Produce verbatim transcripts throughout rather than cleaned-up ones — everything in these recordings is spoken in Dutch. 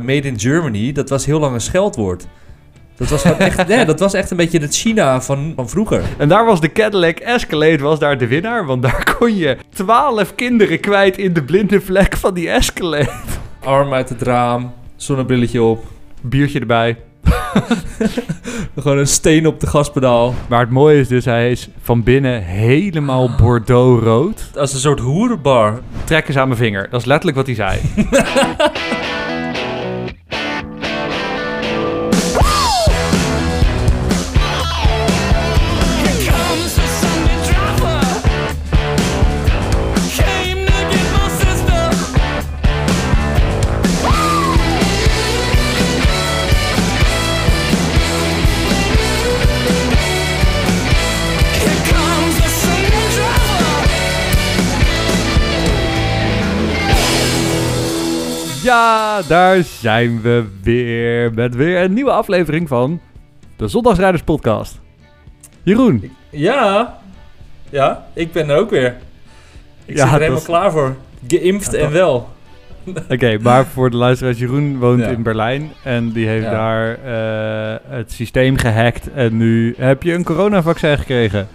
Made in Germany, dat was heel lang een scheldwoord. Dat was gewoon echt, nee, dat was echt een beetje het China van, van vroeger. En daar was de Cadillac Escalade was daar de winnaar. Want daar kon je twaalf kinderen kwijt in de blinde vlek van die Escalade. Arm uit het raam, zonnebrilletje op. Biertje erbij. Gewoon een steen op de gaspedaal. Maar het mooie is dus, hij is van binnen helemaal bordeaux-rood. Als een soort hoerenbar. Trek eens aan mijn vinger. Dat is letterlijk wat hij zei. Ja, daar zijn we weer met weer een nieuwe aflevering van de Zondagsrijders podcast. Jeroen. Ja, ja, ik ben er ook weer. Ik ja, zit er helemaal is... klaar voor. Geïmpt ja, en wel. Oké, okay, maar voor de luisteraars, Jeroen woont ja. in Berlijn en die heeft ja. daar uh, het systeem gehackt en nu heb je een coronavaccin gekregen.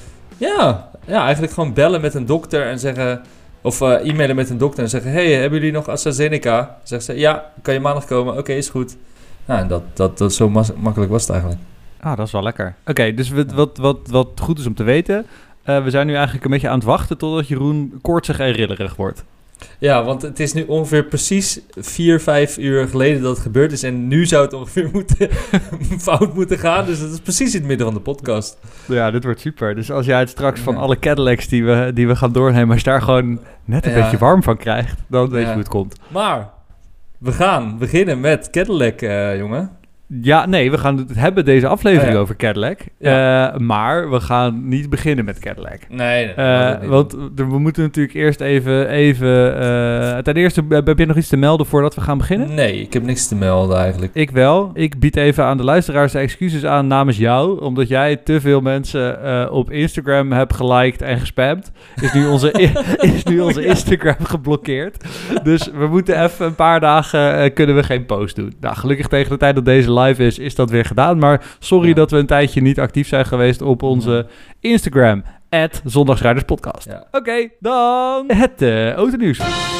Ja, ja, eigenlijk gewoon bellen met een dokter en zeggen... Of uh, e-mailen met een dokter en zeggen... Hey, hebben jullie nog AstraZeneca? Zeggen ze, ja, kan je maandag komen? Oké, okay, is goed. Nou, dat, dat, dat zo mas- makkelijk was het eigenlijk. Ah, dat is wel lekker. Oké, okay, dus wat, wat, wat, wat goed is om te weten... Uh, we zijn nu eigenlijk een beetje aan het wachten... totdat Jeroen koortsig en rillerig wordt. Ja, want het is nu ongeveer precies vier, vijf uur geleden dat het gebeurd is. En nu zou het ongeveer moeten fout moeten gaan. Dus dat is precies in het midden van de podcast. Ja, dit wordt super. Dus als jij het straks van alle Cadillacs die we, die we gaan doornemen... als je daar gewoon net een ja. beetje warm van krijgt... dan weet je ja. hoe het komt. Maar we gaan beginnen met Cadillac, uh, jongen. Ja, nee, we gaan het hebben deze aflevering oh ja. over Cadillac. Ja. Uh, maar we gaan niet beginnen met Cadillac. Nee, nee uh, niet. Want we moeten natuurlijk eerst even... even uh, ten eerste, heb je nog iets te melden voordat we gaan beginnen? Nee, ik heb niks te melden eigenlijk. Ik wel. Ik bied even aan de luisteraars de excuses aan namens jou. Omdat jij te veel mensen uh, op Instagram hebt geliked en gespamd. Is nu onze, is nu onze oh, ja. Instagram geblokkeerd. Dus we moeten even een paar dagen... Uh, kunnen we geen post doen. Nou, gelukkig tegen de tijd dat deze live is, is dat weer gedaan. Maar sorry ja. dat we een tijdje niet actief zijn geweest op onze Instagram. at Zondagsrijderspodcast. Ja. Oké, okay, dan het uh, autonieuws.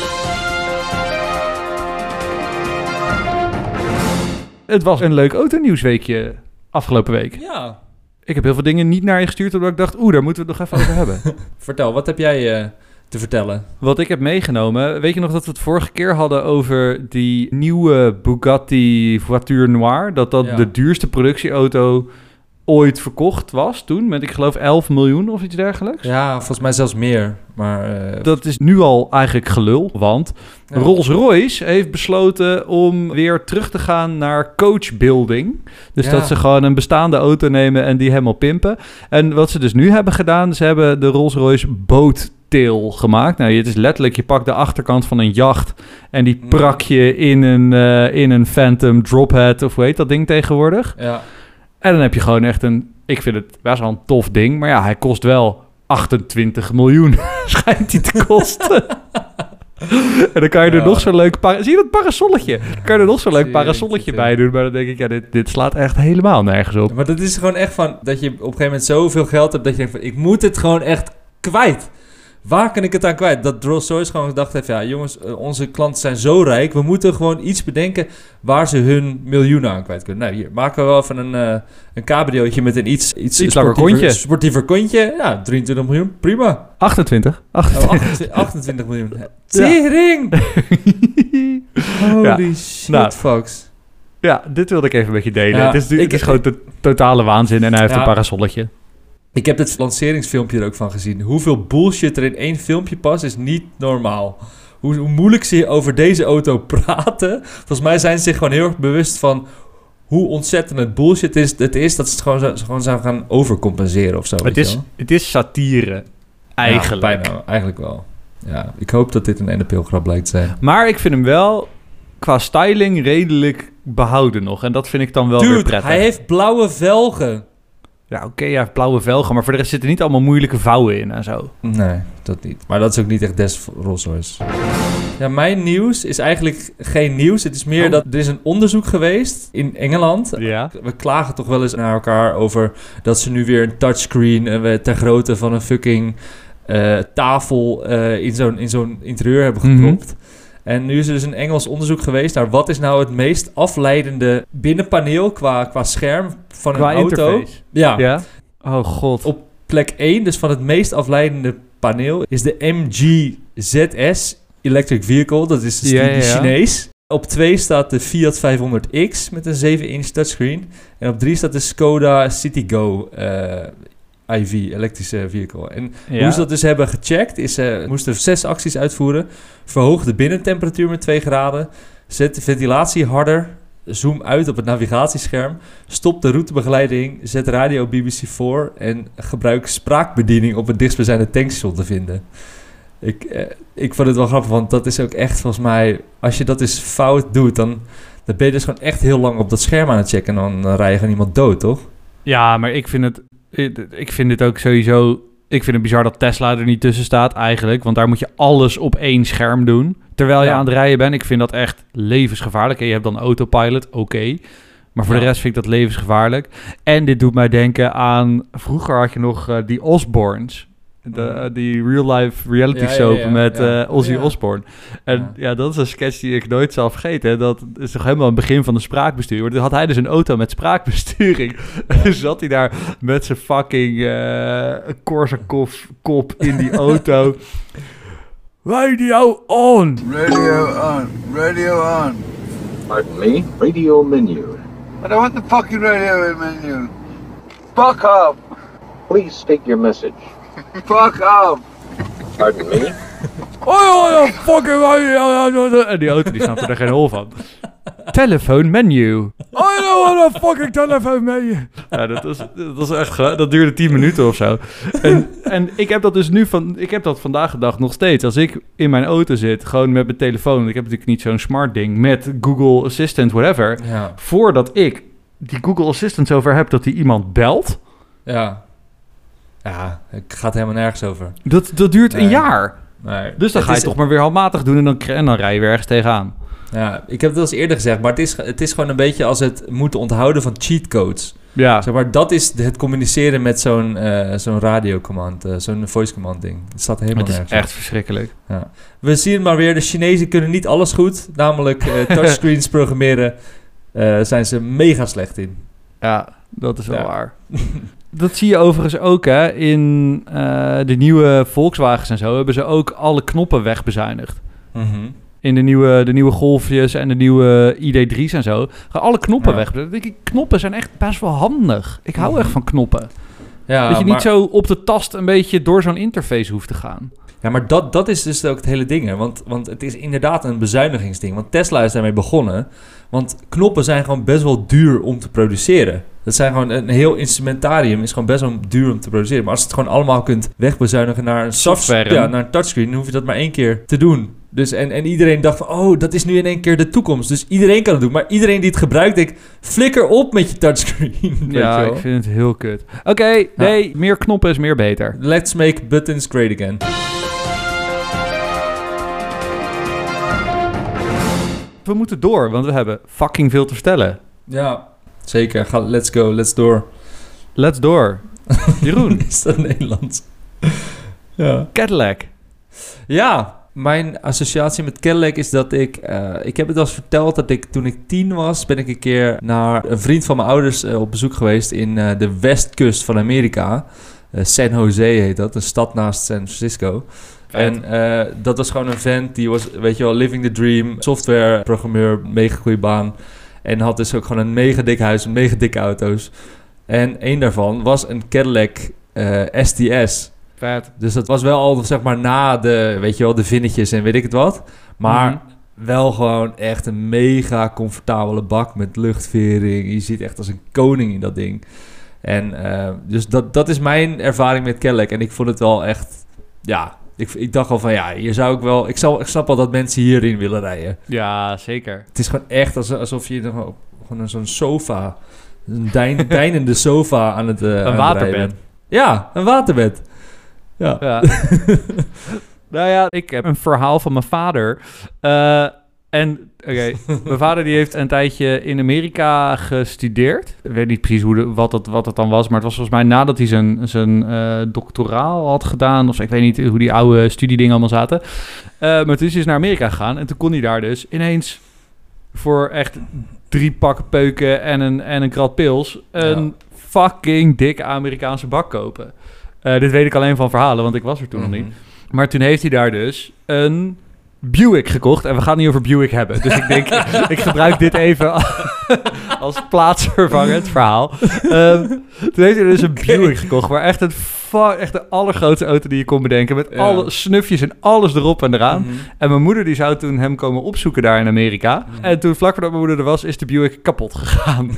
Het was een leuk autonieuwsweekje afgelopen week. Ja. Ik heb heel veel dingen niet naar je gestuurd, omdat ik dacht, oeh, daar moeten we het nog even over hebben. Vertel, wat heb jij... Uh... te vertellen. Wat ik heb meegenomen... Weet je nog dat we het vorige keer hadden over die nieuwe Bugatti Voiture Noire? Dat dat ja. de duurste productieauto ooit verkocht was toen. Met, ik geloof, elf miljoen of iets dergelijks. Ja, volgens mij zelfs meer. Maar, uh... dat is nu al eigenlijk gelul. Want ja. Rolls-Royce heeft besloten om weer terug te gaan naar coachbuilding. Dus ja. dat ze gewoon een bestaande auto nemen en die helemaal pimpen. En wat ze dus nu hebben gedaan... Ze hebben de Rolls-Royce Boat Tail gemaakt. Nou, het is letterlijk, je pakt de achterkant van een jacht en die prak je in een, uh, in een Phantom Drophead of hoe heet dat ding tegenwoordig. Ja. En dan heb je gewoon echt een, ik vind het best wel een tof ding, maar ja, hij kost wel achtentwintig miljoen, schijnt hij te kosten. En dan kan je er ja. nog zo'n leuk... Para- Zie je dat parasolletje? Dan kan je er nog zo'n leuk parasolletje bij doen. Maar dan denk ik, ja, dit, dit slaat echt helemaal nergens op. Maar dat is gewoon echt van... dat je op een gegeven moment zoveel geld hebt... dat je denkt van, ik moet het gewoon echt kwijt. Waar kan ik het aan kwijt? Dat Rolls-Royce gewoon gedacht heeft... ja, jongens, onze klanten zijn zo rijk... we moeten gewoon iets bedenken... waar ze hun miljoenen aan kwijt kunnen. Nou, hier, maken we wel even een, uh, een cabriootje... met een iets, iets, iets langer kontje. Sportiever kontje. Ja, drieëntwintig miljoen. Prima. achtentwintig. achtentwintig. Oh, achtentwintig miljoen. Tering! Holy ja. shit, nou, Fox. Ja, dit wilde ik even met je delen. Ja, het is, het ik, is gewoon to- totale waanzin... en hij heeft ja, een parasolletje. Ik heb het lanceringsfilmpje er ook van gezien. Hoeveel bullshit er in één filmpje past, is niet normaal. Hoe, hoe moeilijk ze over deze auto praten. Volgens mij zijn ze zich gewoon heel erg bewust van... hoe ontzettend het bullshit is. Het is dat ze het gewoon, ze gewoon zou gaan overcompenseren of zo. Het is, het is satire, eigenlijk. Ja, bijna, eigenlijk wel. Ja, ik hoop dat dit een N P L-grap blijkt te zijn. Maar ik vind hem wel qua styling redelijk behouden nog. En dat vind ik dan wel Dude, weer prettig. Hij heeft blauwe velgen. Ja, oké, okay, hij heeft blauwe velgen, maar voor de rest zitten niet allemaal moeilijke vouwen in en zo. Nee, dat niet. Maar dat is ook niet echt des Rolls-Royce. Ja, mijn nieuws is eigenlijk geen nieuws. Het is meer Oh. dat er is een onderzoek geweest in Engeland. Ja. We klagen toch wel eens naar elkaar over dat ze nu weer een touchscreen uh, ter grootte van een fucking uh, tafel uh, in, zo'n, in zo'n interieur hebben gepropt. Mm-hmm. En nu is er dus een Engels onderzoek geweest naar wat is nou het meest afleidende binnenpaneel qua, qua scherm van qua een auto. Interface. Ja. ja. Oh god. Op plek één, dus van het meest afleidende paneel, is de M G Z S Electric Vehicle. Dat is dus ja, die, die ja, ja. Chinees. Op twee staat de Fiat vijfhonderd X met een zeven inch touchscreen. En op drie staat de Skoda Citigo uh, I V, elektrische vehicle. En ja. hoe ze dat dus hebben gecheckt, is ze uh, moesten zes acties uitvoeren. Verhoog de binnentemperatuur met twee graden. Zet de ventilatie harder. Zoom uit op het navigatiescherm. Stop de routebegeleiding. Zet radio B B C voor. En gebruik spraakbediening op het dichtstbijzijnde tankstation te vinden. Ik, eh, ik vond het wel grappig, want dat is ook echt volgens mij... Als je dat eens fout doet, dan, dan ben je dus gewoon echt heel lang op dat scherm aan het checken. En dan, dan rij je gewoon iemand dood, toch? Ja, maar ik vind het... Ik vind het ook sowieso... Ik vind het bizar dat Tesla er niet tussen staat eigenlijk. Want daar moet je alles op één scherm doen. Terwijl je ja. aan het rijden bent. Ik vind dat echt levensgevaarlijk. En je hebt dan autopilot, oké. Okay. Maar voor ja. de rest vind ik dat levensgevaarlijk. En dit doet mij denken aan... Vroeger had je nog uh, die Osbournes. De, uh, die real-life reality ja, soap ja, ja, ja. met uh, Ozzy ja. Osbourne. En ja. ja, dat is een sketch die ik nooit zal vergeten. Dat is toch helemaal het begin van de spraakbestuur. Toen had hij dus een auto met spraakbesturing. Ja. En zat hij daar met zijn fucking uh, Korsakoff kop in die auto. Radio on! Radio on! Radio on! Pardon me? Radio menu. I don't want the fucking radio menu. Fuck off! Please state your message. Fuck off! Pardon me? Oh, fucking radio! En die auto die snapte er geen hol van. Telefoon menu. I don't want a fucking telefoon menu. Ja, dat is, dat is echt... Dat duurde tien minuten of zo. En, en ik heb dat dus nu van... Ik heb dat vandaag de dag nog steeds. Als ik in mijn auto zit, gewoon met mijn telefoon... Ik heb natuurlijk niet zo'n smart ding met Google Assistant, whatever. Ja. Voordat ik die Google Assistant zover heb dat die iemand belt... Ja. Ja, het gaat helemaal nergens over. Dat, dat duurt nee. een jaar. Nee. Dus dan het ga je is... toch maar weer handmatig doen en dan, en dan rij je weer ergens tegenaan. Ja, ik heb het al eens eerder gezegd, maar het is, het is gewoon een beetje als het moeten onthouden van cheatcodes. Ja. Zeg maar, dat is het communiceren met zo'n, uh, zo'n radiocommand, uh, zo'n voice command ding. Het staat helemaal nergens. Het is echt verschrikkelijk. Ja. We zien het maar weer, de Chinezen kunnen niet alles goed. Namelijk uh, touchscreens programmeren, uh, zijn ze mega slecht in. Ja, dat is wel ja. waar. Dat zie je overigens ook, hè. In uh, de nieuwe Volkswagens en zo hebben ze ook alle knoppen wegbezuinigd. Mm-hmm. In de nieuwe, de nieuwe Golfjes en de nieuwe I D drie's en zo. Gaan alle knoppen ja. weg. Dan denk ik, knoppen zijn echt best wel handig. Ik hou mm-hmm. echt van knoppen. Ja, dat je maar... niet zo op de tast een beetje door zo'n interface hoeft te gaan. Ja, maar dat, dat is dus ook het hele ding. Hè? Want, want het is inderdaad een bezuinigingsding. Want Tesla is daarmee begonnen. Want knoppen zijn gewoon best wel duur om te produceren. Dat zijn gewoon een heel instrumentarium is gewoon best wel duur om te produceren. Maar als je het gewoon allemaal kunt wegbezuinigen naar een software, ja, naar een touchscreen, dan hoef je dat maar één keer te doen. Dus en, en iedereen dacht van, oh, dat is nu in één keer de toekomst. Dus iedereen kan het doen. Maar iedereen die het gebruikt, denkt, flikker op met je touchscreen. Ja, ik vind het heel kut. Oké, okay, nee, ja. meer knoppen is meer beter. Let's make buttons great again. We moeten door, want we hebben fucking veel te vertellen. Ja, zeker. Ga, let's go, let's door. Let's door. Jeroen. Is dat Nederlands? Ja. Cadillac. Ja, mijn associatie met Cadillac is dat ik... Uh, ik heb het al eens verteld dat ik toen ik tien was... ben ik een keer naar een vriend van mijn ouders uh, op bezoek geweest... in uh, de westkust van Amerika. Uh, San Jose heet dat, een stad naast San Francisco. En uh, dat was gewoon een vent, die was, weet je wel, living the dream, softwareprogrammeur, mega goede baan. En had dus ook gewoon een mega dik huis, mega dikke auto's. En één daarvan was een Cadillac uh, S T S. Vet. Dus dat was wel al, zeg maar, na de, weet je wel, de vinnetjes en weet ik het wat. Maar mm-hmm. wel gewoon echt een mega comfortabele bak met luchtvering. Je ziet echt als een koning in dat ding. En uh, dus dat, dat is mijn ervaring met Cadillac. En ik vond het wel echt, ja... Ik, ik dacht al van, ja, hier zou ik wel... Ik, zal, ik snap al dat mensen hierin willen rijden. Ja, zeker. Het is gewoon echt alsof je nog gewoon zo'n sofa... Een dein, deinende sofa aan het uh, Een waterbed. Ja, een waterbed. Ja. ja. Nou ja, ik heb een verhaal van mijn vader. Uh, en oké, okay, mijn vader die heeft een tijdje in Amerika gestudeerd. Ik weet niet precies hoe de, wat, het, wat het dan was, maar het was volgens mij nadat hij zijn, zijn uh, doctoraal had gedaan. Of ik weet niet hoe die oude studiedingen allemaal zaten. Uh, maar toen is hij naar Amerika gegaan en toen kon hij daar dus ineens voor echt drie pakken peuken en een, en een krat pils een ja. fucking dikke Amerikaanse bak kopen. Uh, dit weet ik alleen van verhalen, want ik was er toen mm-hmm. nog niet. Maar toen heeft hij daar dus een Buick gekocht. En we gaan het niet over Buick hebben. Dus ik denk, ik gebruik dit even als plaatsvervangend verhaal. Um, toen heeft hij dus een okay. Buick gekocht. Maar echt, een fa- echt de allergrootste auto die je kon bedenken. Met ja. alle snufjes en alles erop en eraan. Mm-hmm. En mijn moeder die zou toen hem komen opzoeken daar in Amerika. Mm-hmm. En toen vlak voordat mijn moeder er was, is de Buick kapot gegaan.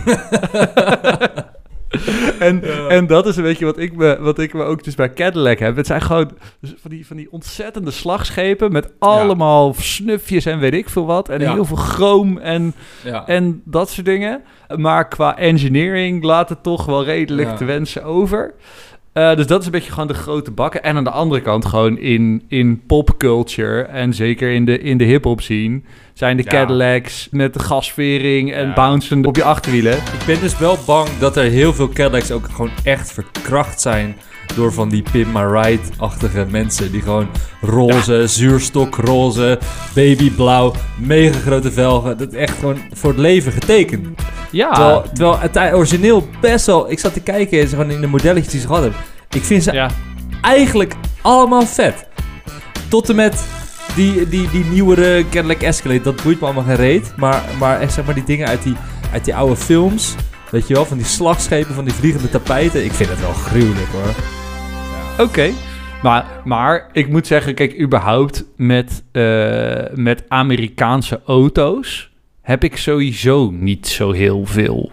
en, ja. en dat is een beetje wat ik, me, wat ik me ook dus bij Cadillac heb. Het zijn gewoon van die, van die ontzettende slagschepen met allemaal ja. snufjes en weet ik veel wat. En ja. heel veel chroom en, ja. en dat soort dingen. Maar qua engineering laat het toch wel redelijk ja. te wensen over. Uh, dus dat is een beetje gewoon de grote bakken. En aan de andere kant gewoon in, in popculture en zeker in de, in de hip-hop scene zijn de ja. Cadillacs met de gasvering en ja. bouncen op je achterwielen. Ik ben dus wel bang dat er heel veel Cadillacs ook gewoon echt verkracht zijn door van die Pimp My Ride-achtige mensen. Die gewoon roze, ja. zuurstokroze, babyblauw, mega grote velgen. Dat is echt gewoon voor het leven getekend. Ja. Terwijl, terwijl het origineel best wel... Ik zat te kijken gewoon in de modelletjes die ze hadden. Ik vind ze ja. eigenlijk allemaal vet. Tot en met die, die, die nieuwere Cadillac Escalade. Dat boeit me allemaal geen reet. Maar, maar echt zeg maar die dingen uit die, uit die oude films. Weet je wel, van die slagschepen, van die vliegende tapijten. Ik vind het wel gruwelijk hoor. Oké. Okay. Maar, maar ik moet zeggen, kijk, überhaupt met, uh, met Amerikaanse auto's heb ik sowieso niet zo heel veel.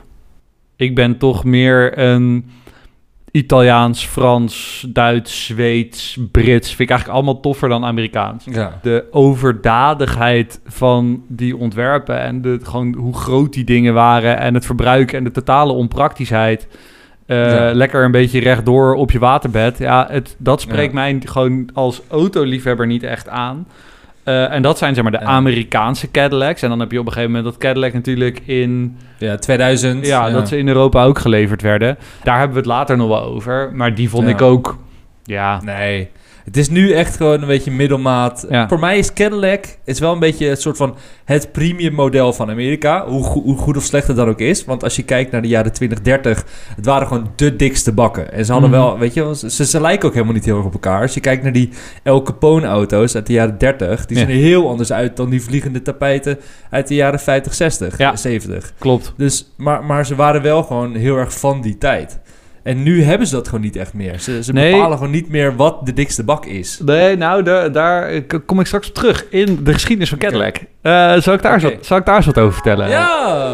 Ik ben toch meer een Italiaans, Frans, Duits, Zweeds, Brits. Vind ik eigenlijk allemaal toffer dan Amerikaans. Ja. De overdadigheid van die ontwerpen en de, gewoon hoe groot die dingen waren en het verbruik en de totale onpraktischheid. Uh, ja. Lekker een beetje rechtdoor op je waterbed. Ja, het, dat spreekt ja. mij gewoon als autoliefhebber niet echt aan. Uh, en dat zijn zeg maar de ja. Amerikaanse Cadillacs. En dan heb je op een gegeven moment dat Cadillac natuurlijk in... Ja, tweeduizend. Ja, ja, dat ze in Europa ook geleverd werden. Daar hebben we het later nog wel over. Maar die vond ja. ik ook... Ja. Nee. Het is nu echt gewoon een beetje middelmaat. Ja. Voor mij is Cadillac is wel een beetje het soort van het premium model van Amerika. Hoe, go- hoe goed of slecht het dan ook is. Want als je kijkt naar de jaren twintig, dertig... Het waren gewoon de dikste bakken. En ze hadden mm-hmm. wel, weet je, ze, ze lijken ook helemaal niet heel erg op elkaar. Als je kijkt naar die El Capone auto's uit de jaren dertig... Die ja. zien er heel anders uit dan die vliegende tapijten uit de jaren vijftig, zestig, ja. zeventig. Klopt. Dus, maar, maar ze waren wel gewoon heel erg van die tijd. En nu hebben ze dat gewoon niet echt meer. Ze, ze nee. bepalen gewoon niet meer wat de dikste bak is. Nee, nou, daar, daar kom ik straks op terug. In de geschiedenis van Cadillac. Okay. Uh, zal, ik daar okay. zo, zal ik daar eens wat over vertellen? Ja!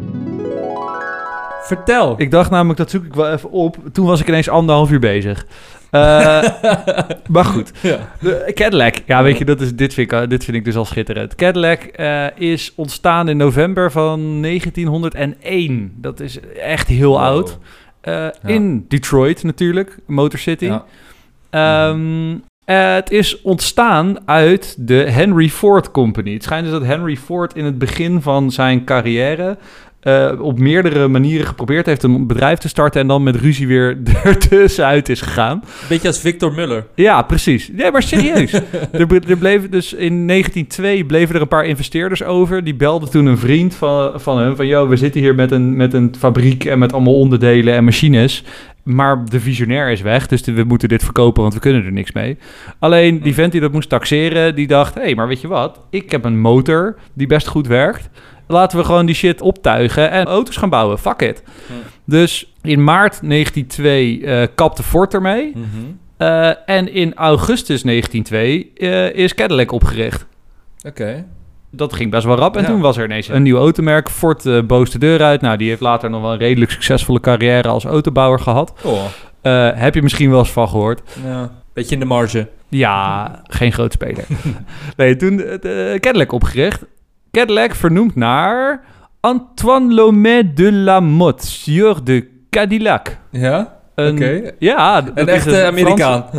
Vertel. Ik dacht namelijk, dat zoek ik wel even op. Toen was ik ineens anderhalf uur bezig. Uh, maar goed. Ja. De Cadillac. Ja, weet je, dat is, dit, vind ik, dit vind ik dus al schitterend. Cadillac uh, is ontstaan in november van negentienhonderdéén. Dat is echt heel wow. oud. Uh, ja. In Detroit natuurlijk, Motor City. Ja. Um, uh, het is ontstaan uit de Henry Ford Company. Het schijnt dus dat Henry Ford in het begin van zijn carrière Uh, op meerdere manieren geprobeerd heeft een bedrijf te starten en dan met ruzie weer ertussenuit is gegaan. Beetje als Victor Muller. Ja, precies. Nee, maar serieus. er, er bleven dus in negentien nul twee bleven er een paar investeerders over. Die belden toen een vriend van, van hem van, yo, we zitten hier met een, met een fabriek en met allemaal onderdelen en machines. Maar de visionair is weg, dus we moeten dit verkopen, want we kunnen er niks mee. Alleen die vent die dat moest taxeren, die dacht, hé, hey, maar weet je wat? Ik heb een motor die best goed werkt. Laten we gewoon die shit optuigen en auto's gaan bouwen. Fuck it. Hm. Dus in maart negentien nul twee uh, kapte Ford ermee. Mm-hmm. Uh, en in augustus negentien nul twee uh, is Cadillac opgericht. Oké. Okay. Dat ging best wel rap. En ja. toen was er ineens een nieuw automerk. Ford uh, boos de deur uit. Nou, die heeft later nog wel een redelijk succesvolle carrière als autobouwer gehad. Oh. Uh, heb je misschien wel eens van gehoord. Ja, beetje in de marge. Ja, geen groot speler. Nee, toen uh, Cadillac opgericht. Cadillac vernoemd naar Antoine Lomé de la Motte, sieur de Cadillac. Ja? Oké. Okay. Ja. Een echte Amerikaan.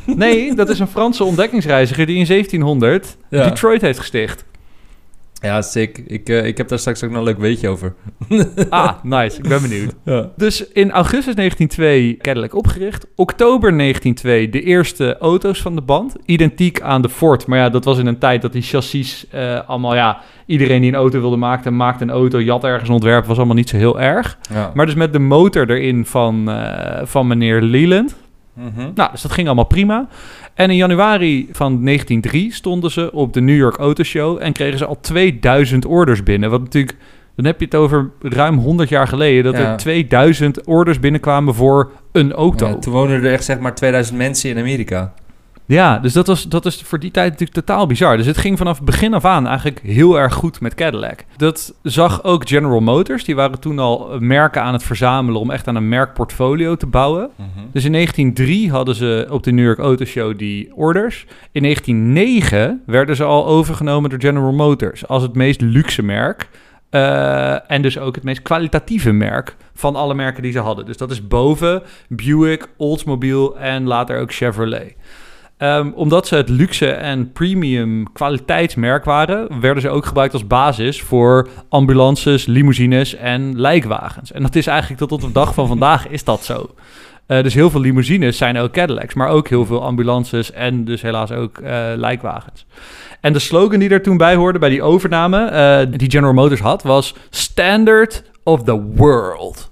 Nee, dat is een Franse ontdekkingsreiziger die in zeventienhonderd Ja. Detroit heeft gesticht. Ja, sick. Ik, uh, ik heb daar straks ook nog een leuk weetje over. Ah, nice. Ik ben benieuwd. Ja. Dus in augustus negentienhonderdtwee Cadillac opgericht. Oktober negentienhonderdtwee de eerste auto's van de band. Identiek aan de Ford. Maar ja, dat was in een tijd dat die chassis uh, allemaal... ja, iedereen die een auto wilde maken, maakte een auto. Jat ergens een ontwerp, was allemaal niet zo heel erg. Ja. Maar dus met de motor erin van, uh, van meneer Leland. Mm-hmm. Nou, dus dat ging allemaal prima. En in januari van negentienhonderddrie stonden ze op de New York Auto Show en kregen ze al tweeduizend orders binnen. Wat natuurlijk, dan heb je het over ruim honderd jaar geleden, dat Ja. er tweeduizend orders binnenkwamen voor een auto. Ja, toen woonden er echt zeg maar tweeduizend mensen in Amerika. Ja, dus dat, was, dat is voor die tijd natuurlijk totaal bizar. Dus het ging vanaf begin af aan eigenlijk heel erg goed met Cadillac. Dat zag ook General Motors. Die waren toen al merken aan het verzamelen om echt aan een merkportfolio te bouwen. Mm-hmm. Dus in negentienhonderddrie hadden ze op de New York Auto Show die orders. In negentienhonderdnegen werden ze al overgenomen door General Motors als het meest luxe merk. Uh, en dus ook het meest kwalitatieve merk van alle merken die ze hadden. Dus dat is boven Buick, Oldsmobile en later ook Chevrolet. Um, omdat ze het luxe en premium kwaliteitsmerk waren, werden ze ook gebruikt als basis voor ambulances, limousines en lijkwagens. En dat is eigenlijk tot op de dag van vandaag is dat zo. Uh, dus heel veel limousines zijn ook Cadillacs, maar ook heel veel ambulances en dus helaas ook uh, lijkwagens. En de slogan die er toen bij hoorde bij die overname, uh, die General Motors had, was Standard of the World.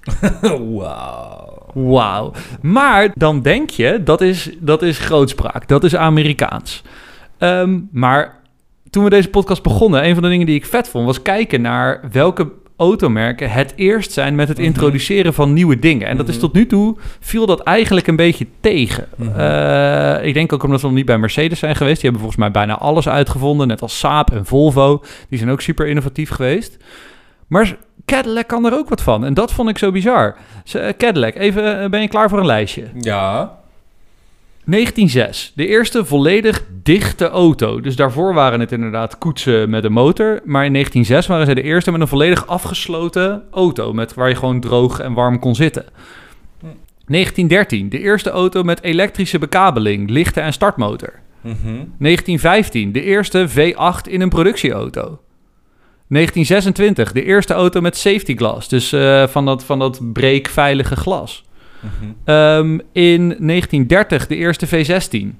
Wauw. Wauw. Maar dan denk je, dat is, dat is grootspraak. Dat is Amerikaans. Um, maar toen we deze podcast begonnen, een van de dingen die ik vet vond, was kijken naar welke automerken het eerst zijn met het Mm-hmm. introduceren van nieuwe dingen. En dat is tot nu toe, viel dat eigenlijk een beetje tegen. Mm-hmm. Uh, ik denk ook omdat we nog niet bij Mercedes zijn geweest. Die hebben volgens mij bijna alles uitgevonden, net als Saab en Volvo. Die zijn ook super innovatief geweest. Maar Cadillac kan er ook wat van. En dat vond ik zo bizar. Cadillac, even, ben je klaar voor een lijstje? Ja. negentienhonderdzes, de eerste volledig dichte auto. Dus daarvoor waren het inderdaad koetsen met een motor. Maar in negentienhonderdzes waren ze de eerste met een volledig afgesloten auto. Met, waar je gewoon droog en warm kon zitten. negentiendertien, de eerste auto met elektrische bekabeling, lichten en startmotor. Mm-hmm. negentienvijftien, de eerste V acht in een productieauto. negentien zesentwintig, de eerste auto met safety glass. Dus uh, van dat, van dat breekveilige glas. Mm-hmm. Um, in negentien dertig, de eerste V zestien.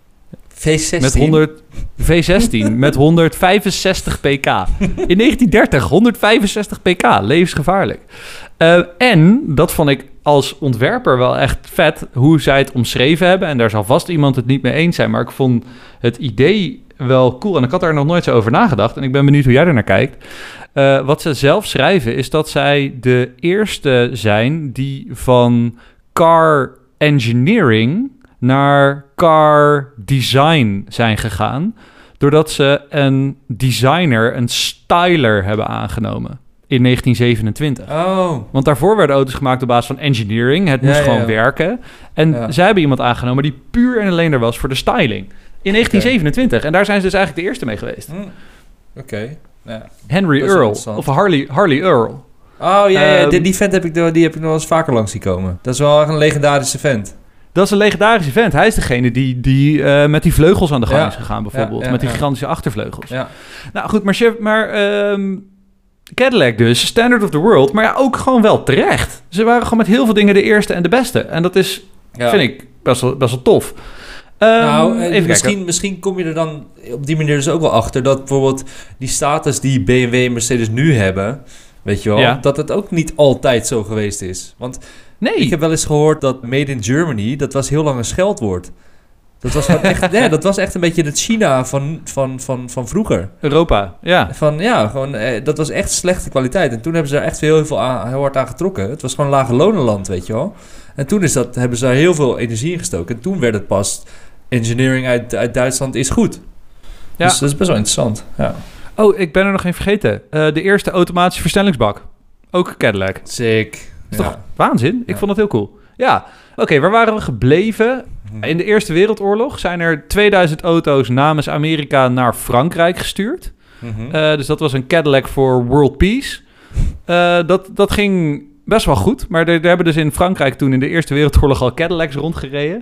V zestien? Met honderd, V zestien met honderdvijfenzestig pk. In negentien dertig, honderdvijfenzestig pk. Levensgevaarlijk. Uh, en, dat vond ik als ontwerper wel echt vet, hoe zij het omschreven hebben. En daar zal vast iemand het niet mee eens zijn. Maar ik vond het idee wel cool. En ik had daar nog nooit zo over nagedacht. En ik ben benieuwd hoe jij er naar kijkt. Uh, wat ze zelf schrijven is dat zij de eerste zijn die van car engineering naar car design zijn gegaan. Doordat ze een designer, een styler hebben aangenomen in negentien zevenentwintig. Oh. Want daarvoor werden auto's gemaakt op basis van engineering. Het Ja, moest ja, gewoon ja. werken. En Ja. zij hebben iemand aangenomen die puur en alleen er was voor de styling. In negentien zevenentwintig. En daar zijn ze dus eigenlijk de eerste mee geweest. Hm. Oké. Okay. Ja. Henry Dat is Earl. interessant. Of Harley, Harley Earl. Oh ja, ja Um, die, die vent heb ik, die heb ik nog wel eens vaker langs zien komen. Dat is wel echt een legendarische vent. Dat is een legendarische vent. Hij is degene die, die uh, met die vleugels aan de gang Ja. is gegaan, bijvoorbeeld. Ja, ja, met die ja. gigantische achtervleugels. Ja. Nou goed, maar, chef, maar um, Cadillac dus, Standard of the World. Maar ja, ook gewoon wel terecht. Ze waren gewoon met heel veel dingen de eerste en de beste. En dat is, Ja. vind ik, best wel, best wel tof. Um, Nou, eh, even misschien, kijken. misschien kom je er dan op die manier dus ook wel achter dat bijvoorbeeld die status die B M W en Mercedes nu hebben, weet je wel, Ja. dat het ook niet altijd zo geweest is. Want Nee. ik heb wel eens gehoord dat Made in Germany, dat was heel lang een scheldwoord. Dat was gewoon echt, ja, dat was echt een beetje het China van, van, van, van vroeger. Europa, ja. Van ja, gewoon, eh, dat was echt slechte kwaliteit. En toen hebben ze er echt heel, heel, veel aan, heel hard aan getrokken. Het was gewoon een lage lonenland, weet je wel. En toen is dat, hebben ze daar heel veel energie in gestoken. En toen werd het pas, engineering uit, uit Duitsland is goed. Ja. Dus dat is best wel interessant. Ja. Oh, ik ben er nog geen vergeten. Uh, de eerste automatische versnellingsbak. Ook Cadillac. Sick. Is toch waanzin? Ik Ja. vond dat heel cool. Ja, oké, okay, waar waren we gebleven? In de Eerste Wereldoorlog zijn er tweeduizend auto's namens Amerika naar Frankrijk gestuurd. Mm-hmm. Uh, dus dat was een Cadillac voor World Peace. Uh, dat, dat ging best wel goed. Maar er, er hebben dus in Frankrijk toen in de Eerste Wereldoorlog al Cadillacs rondgereden.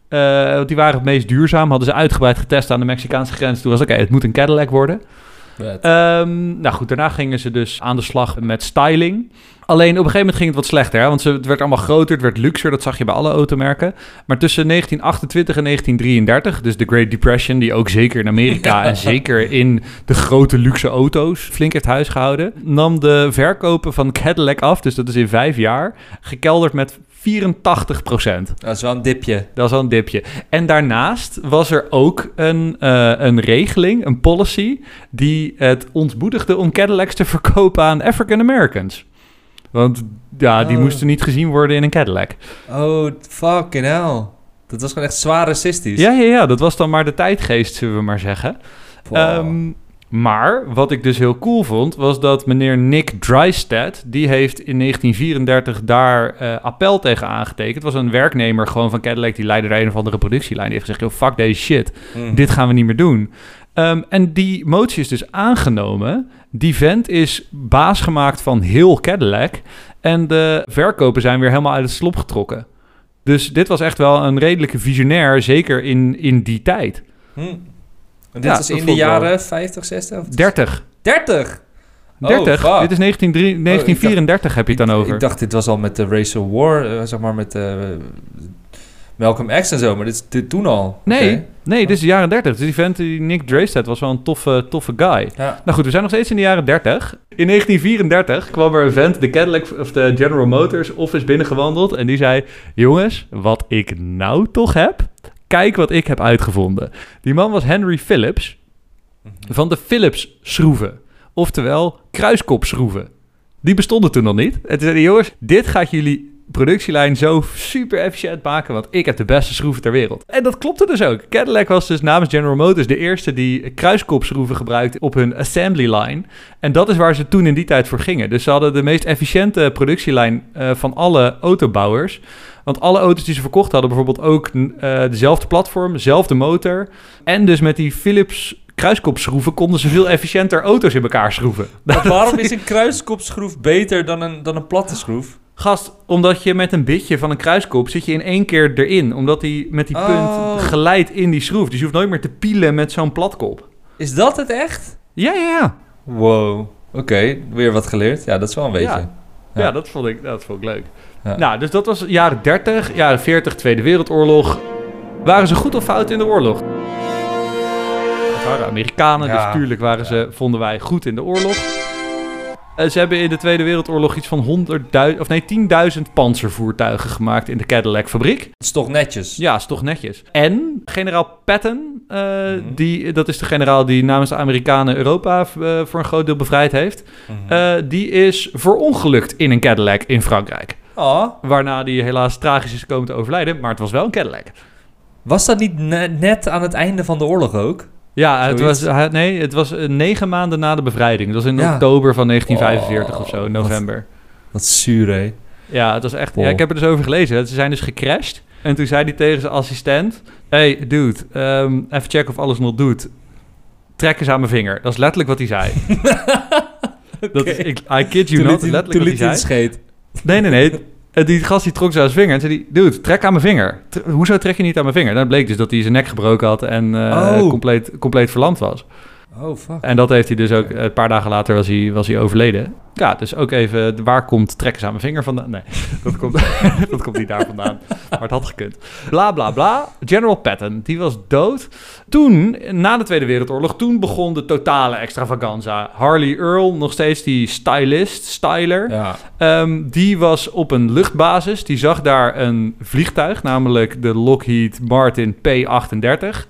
Uh, die waren het meest duurzaam. Hadden ze uitgebreid getest aan de Mexicaanse grens. Toen was oké, okay, het moet een Cadillac worden. Um, nou goed, daarna gingen ze dus aan de slag met styling. Alleen op een gegeven moment ging het wat slechter. Hè? Want ze, het werd allemaal groter, het werd luxer. Dat zag je bij alle automerken. Maar tussen negentien achtentwintig en negentien drieëndertig... dus de Great Depression... die ook zeker in Amerika en zeker in de grote luxe auto's... flink heeft huisgehouden... nam de verkopen van Cadillac af. Dus dat is in vijf jaar... gekelderd met vierentachtig procent. Dat is wel een dipje. Dat is wel een dipje. En daarnaast was er ook een, uh, een regeling, een policy... die het ontmoedigde om Cadillacs te verkopen aan African Americans. Want ja, die oh. moesten niet gezien worden in een Cadillac. Oh, fucking hell. Dat was gewoon echt zwaar racistisch. Ja, ja, ja. Dat was dan maar de tijdgeest, zullen we maar zeggen. Wow. Um, maar wat ik dus heel cool vond, was dat meneer Nick Drystad... die heeft in negentien vierendertig daar uh, appel tegen aangetekend. Het was een werknemer gewoon van Cadillac... die leidde er een of andere productielijn. Die heeft gezegd, yo, fuck deze shit. Mm. Dit gaan we niet meer doen. Um, en die motie is dus aangenomen. Die vent is baas gemaakt van heel Cadillac. En de verkopen zijn weer helemaal uit het slop getrokken. Dus dit was echt wel een redelijke visionair, zeker in, in die tijd. Hm. En dit ja, is in de jaren wel. vijftig, zestig? Of dertig. dertig? dertig? Oh, dit is negentien, negentien vierendertig oh, heb je het dan ik, over. Ik dacht, dit was al met de Racial War, uh, zeg maar, met uh, Malcolm X en zo, maar dit is dit toen al. Nee, okay. nee, dit is de jaren dertig. Dus die vent, die Nick Drystad, was wel een toffe, toffe guy. Ja. Nou goed, we zijn nog steeds in de jaren dertig. In negentien vierendertig kwam er een vent, de Cadillac of de General Motors office binnengewandeld. En die zei, jongens, wat ik nou toch heb, kijk wat ik heb uitgevonden. Die man was Henry Phillips van de Phillips schroeven. Oftewel, kruiskopschroeven. Die bestonden toen nog niet. En toen zei hij, jongens, dit gaat jullie productielijn zo super efficiënt maken, want ik heb de beste schroeven ter wereld. En dat klopte dus ook. Cadillac was dus namens General Motors de eerste die kruiskopschroeven gebruikte op hun assembly line. En dat is waar ze toen in die tijd voor gingen. Dus ze hadden de meest efficiënte productielijn uh, van alle autobouwers. Want alle auto's die ze verkocht hadden, bijvoorbeeld ook uh, dezelfde platform, dezelfde motor. En dus met die Philips kruiskopschroeven konden ze veel efficiënter auto's in elkaar schroeven. Maar waarom is een kruiskopschroef beter dan een, dan een platte schroef? Gast, omdat je met een bitje van een kruiskop zit je in één keer erin. Omdat die met die punt oh. glijdt in die schroef. Dus je hoeft nooit meer te pielen met zo'n platkop. Is dat het echt? Ja, ja, ja. Wow. Oké, okay. Weer wat geleerd. Ja, dat is wel een beetje. Ja, ja. ja dat, vond ik, dat vond ik leuk. Ja. Nou, dus dat was jaren dertig, jaren veertig, Tweede Wereldoorlog. Waren ze goed of fout in de oorlog? Het waren Amerikanen, ja. dus natuurlijk waren ze, vonden wij, goed in de oorlog. Uh, ze hebben in de Tweede Wereldoorlog iets van honderdduizend, of nee, tienduizend panzervoertuigen gemaakt in de Cadillac-fabriek. Het is toch netjes? Ja, het is toch netjes. En generaal Patton, uh, mm-hmm. die, dat is de generaal die namens de Amerikanen Europa uh, voor een groot deel bevrijd heeft. Mm-hmm. Uh, die is verongelukt in een Cadillac in Frankrijk. Oh. Waarna die helaas tragisch is komen te overlijden, maar het was wel een Cadillac. Was dat niet ne- net aan het einde van de oorlog ook? Ja, het was, nee, het was negen maanden na de bevrijding. Dat was in ja. oktober van negentien vijfenveertig oh, of zo, november. Wat, wat zuur, hè? Ja, het was echt... Wow. Ja, ik heb er dus over gelezen. Ze zijn dus gecrashed. En toen zei hij tegen zijn assistent... Hey, dude, um, even checken of alles nog doet. Trek eens aan mijn vinger. Dat is letterlijk wat hij zei. Okay. Dat is, ik, I kid you toen not, liet, letterlijk toen wat hij zei. Scheet. Nee, nee, nee. Die gast die trok zo aan zijn vinger en zei die, dude, trek aan mijn vinger. T- hoezo trek je niet aan mijn vinger? Dan bleek dus dat hij zijn nek gebroken had en uh, oh. compleet, compleet verlamd was. Oh, fuck. En dat heeft hij dus ook, een paar dagen later was hij, was hij overleden. Ja, dus ook even, waar komt trekken aan mijn vinger vandaan? Nee, dat komt, dat komt niet daar vandaan. Maar het had gekund. Bla, bla, bla. General Patton, die was dood. Toen, na de Tweede Wereldoorlog, toen begon de totale extravaganza. Harley Earl, nog steeds die stylist, styler. Ja. Um, die was op een luchtbasis. Die zag daar een vliegtuig, namelijk de Lockheed Martin P achtendertig.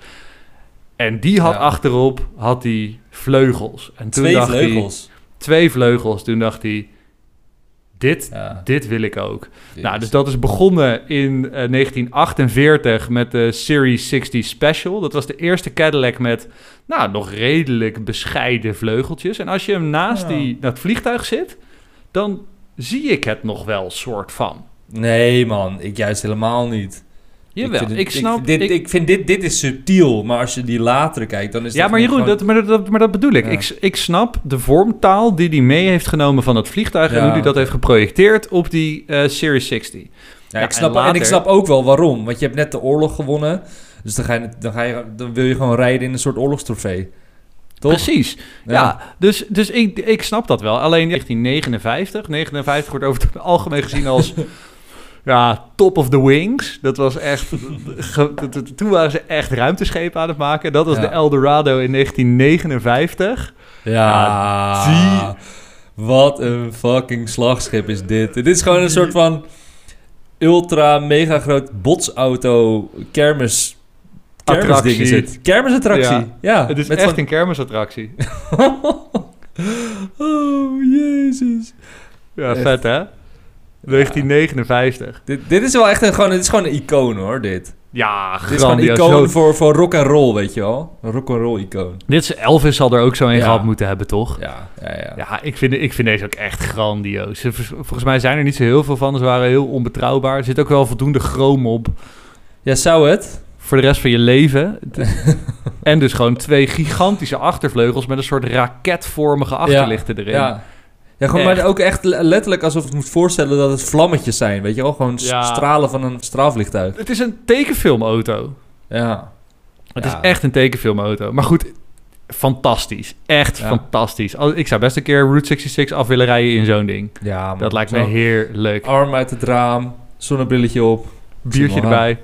En die had ja. achterop had die vleugels. En toen twee dacht vleugels? Hij, twee vleugels. Toen dacht hij, dit, ja. dit wil ik ook. Yes. Nou, dus dat is begonnen in uh, negentien achtenveertig met de Series zestig Special. Dat was de eerste Cadillac met, nou, nog redelijk bescheiden vleugeltjes. En als je hem naast ja. die, dat vliegtuig zit, dan zie ik het nog wel soort van. Nee, man. Ik juist helemaal niet. Jawel, ik, vind ik het, snap... Ik, dit, ik, ik vind dit, dit is subtiel, maar als je die later kijkt, dan is het... Ja, maar Jeroen, gewoon... dat, maar, dat, maar dat bedoel ik. Ja. ik. Ik snap de vormtaal die hij mee heeft genomen van het vliegtuig... Ja. en hoe hij dat heeft geprojecteerd op die uh, Series zestig. Ja, Ja, ik snap, en later- en ik snap ook wel waarom. Want je hebt net de oorlog gewonnen. Dus dan, ga je, dan, ga je, dan wil je gewoon rijden in een soort oorlogstrofee. Toch? Precies. Ja, Ja. dus, dus ik, ik snap dat wel. Alleen negentien negenenvijftig. negenenvijftig wordt over het algemeen gezien als... ja, top of the wings. Dat was echt... ge- t- t- toen waren ze echt ruimteschepen aan het maken. Dat was Ja. de Eldorado in negentien negenenvijftig. Ja, die- wat een fucking slagschip is dit. Dit is gewoon een soort van ultra mega groot botsauto kermis... Kermisding is Attractie. het. Kermisattractie. Ja. Ja. Het is met echt van- een kermisattractie. oh, jezus. Ja, Echt. vet hè? negentien negenenvijftig. Dit, dit is wel echt een, gewoon, dit is gewoon een icoon hoor, dit. Ja, Dit is gewoon een grandioos. icoon Zo- voor, voor rock and roll, weet je wel. Een rock and roll icoon. Dit is Elvis zal er ook zo een Ja. gehad moeten hebben, toch? Ja, ja, ja. Ja, ik vind, ik vind deze ook echt grandioos. Ze- Volgens mij zijn er niet zo heel veel van. Ze waren heel onbetrouwbaar. Er zit ook wel voldoende chroom op Ja, zou het? voor de rest van je leven. En dus gewoon twee gigantische achtervleugels met een soort raketvormige achterlichten erin. Ja. Ja, gewoon, Echt. maar ook echt le- letterlijk alsof je het moet voorstellen dat het vlammetjes zijn, weet je wel? Gewoon s- Ja. stralen van een straalvliegtuig. Het is een tekenfilmauto. Ja. Het Ja. is echt een tekenfilmauto. Maar goed, fantastisch. Echt Ja. fantastisch. Al- Ik zou best een keer Route zesenzestig af willen rijden in zo'n ding. Ja, man. Dat lijkt me Zo. heerlijk. Arm uit het raam, zonnebrilletje op. Biertje Zie maar erbij.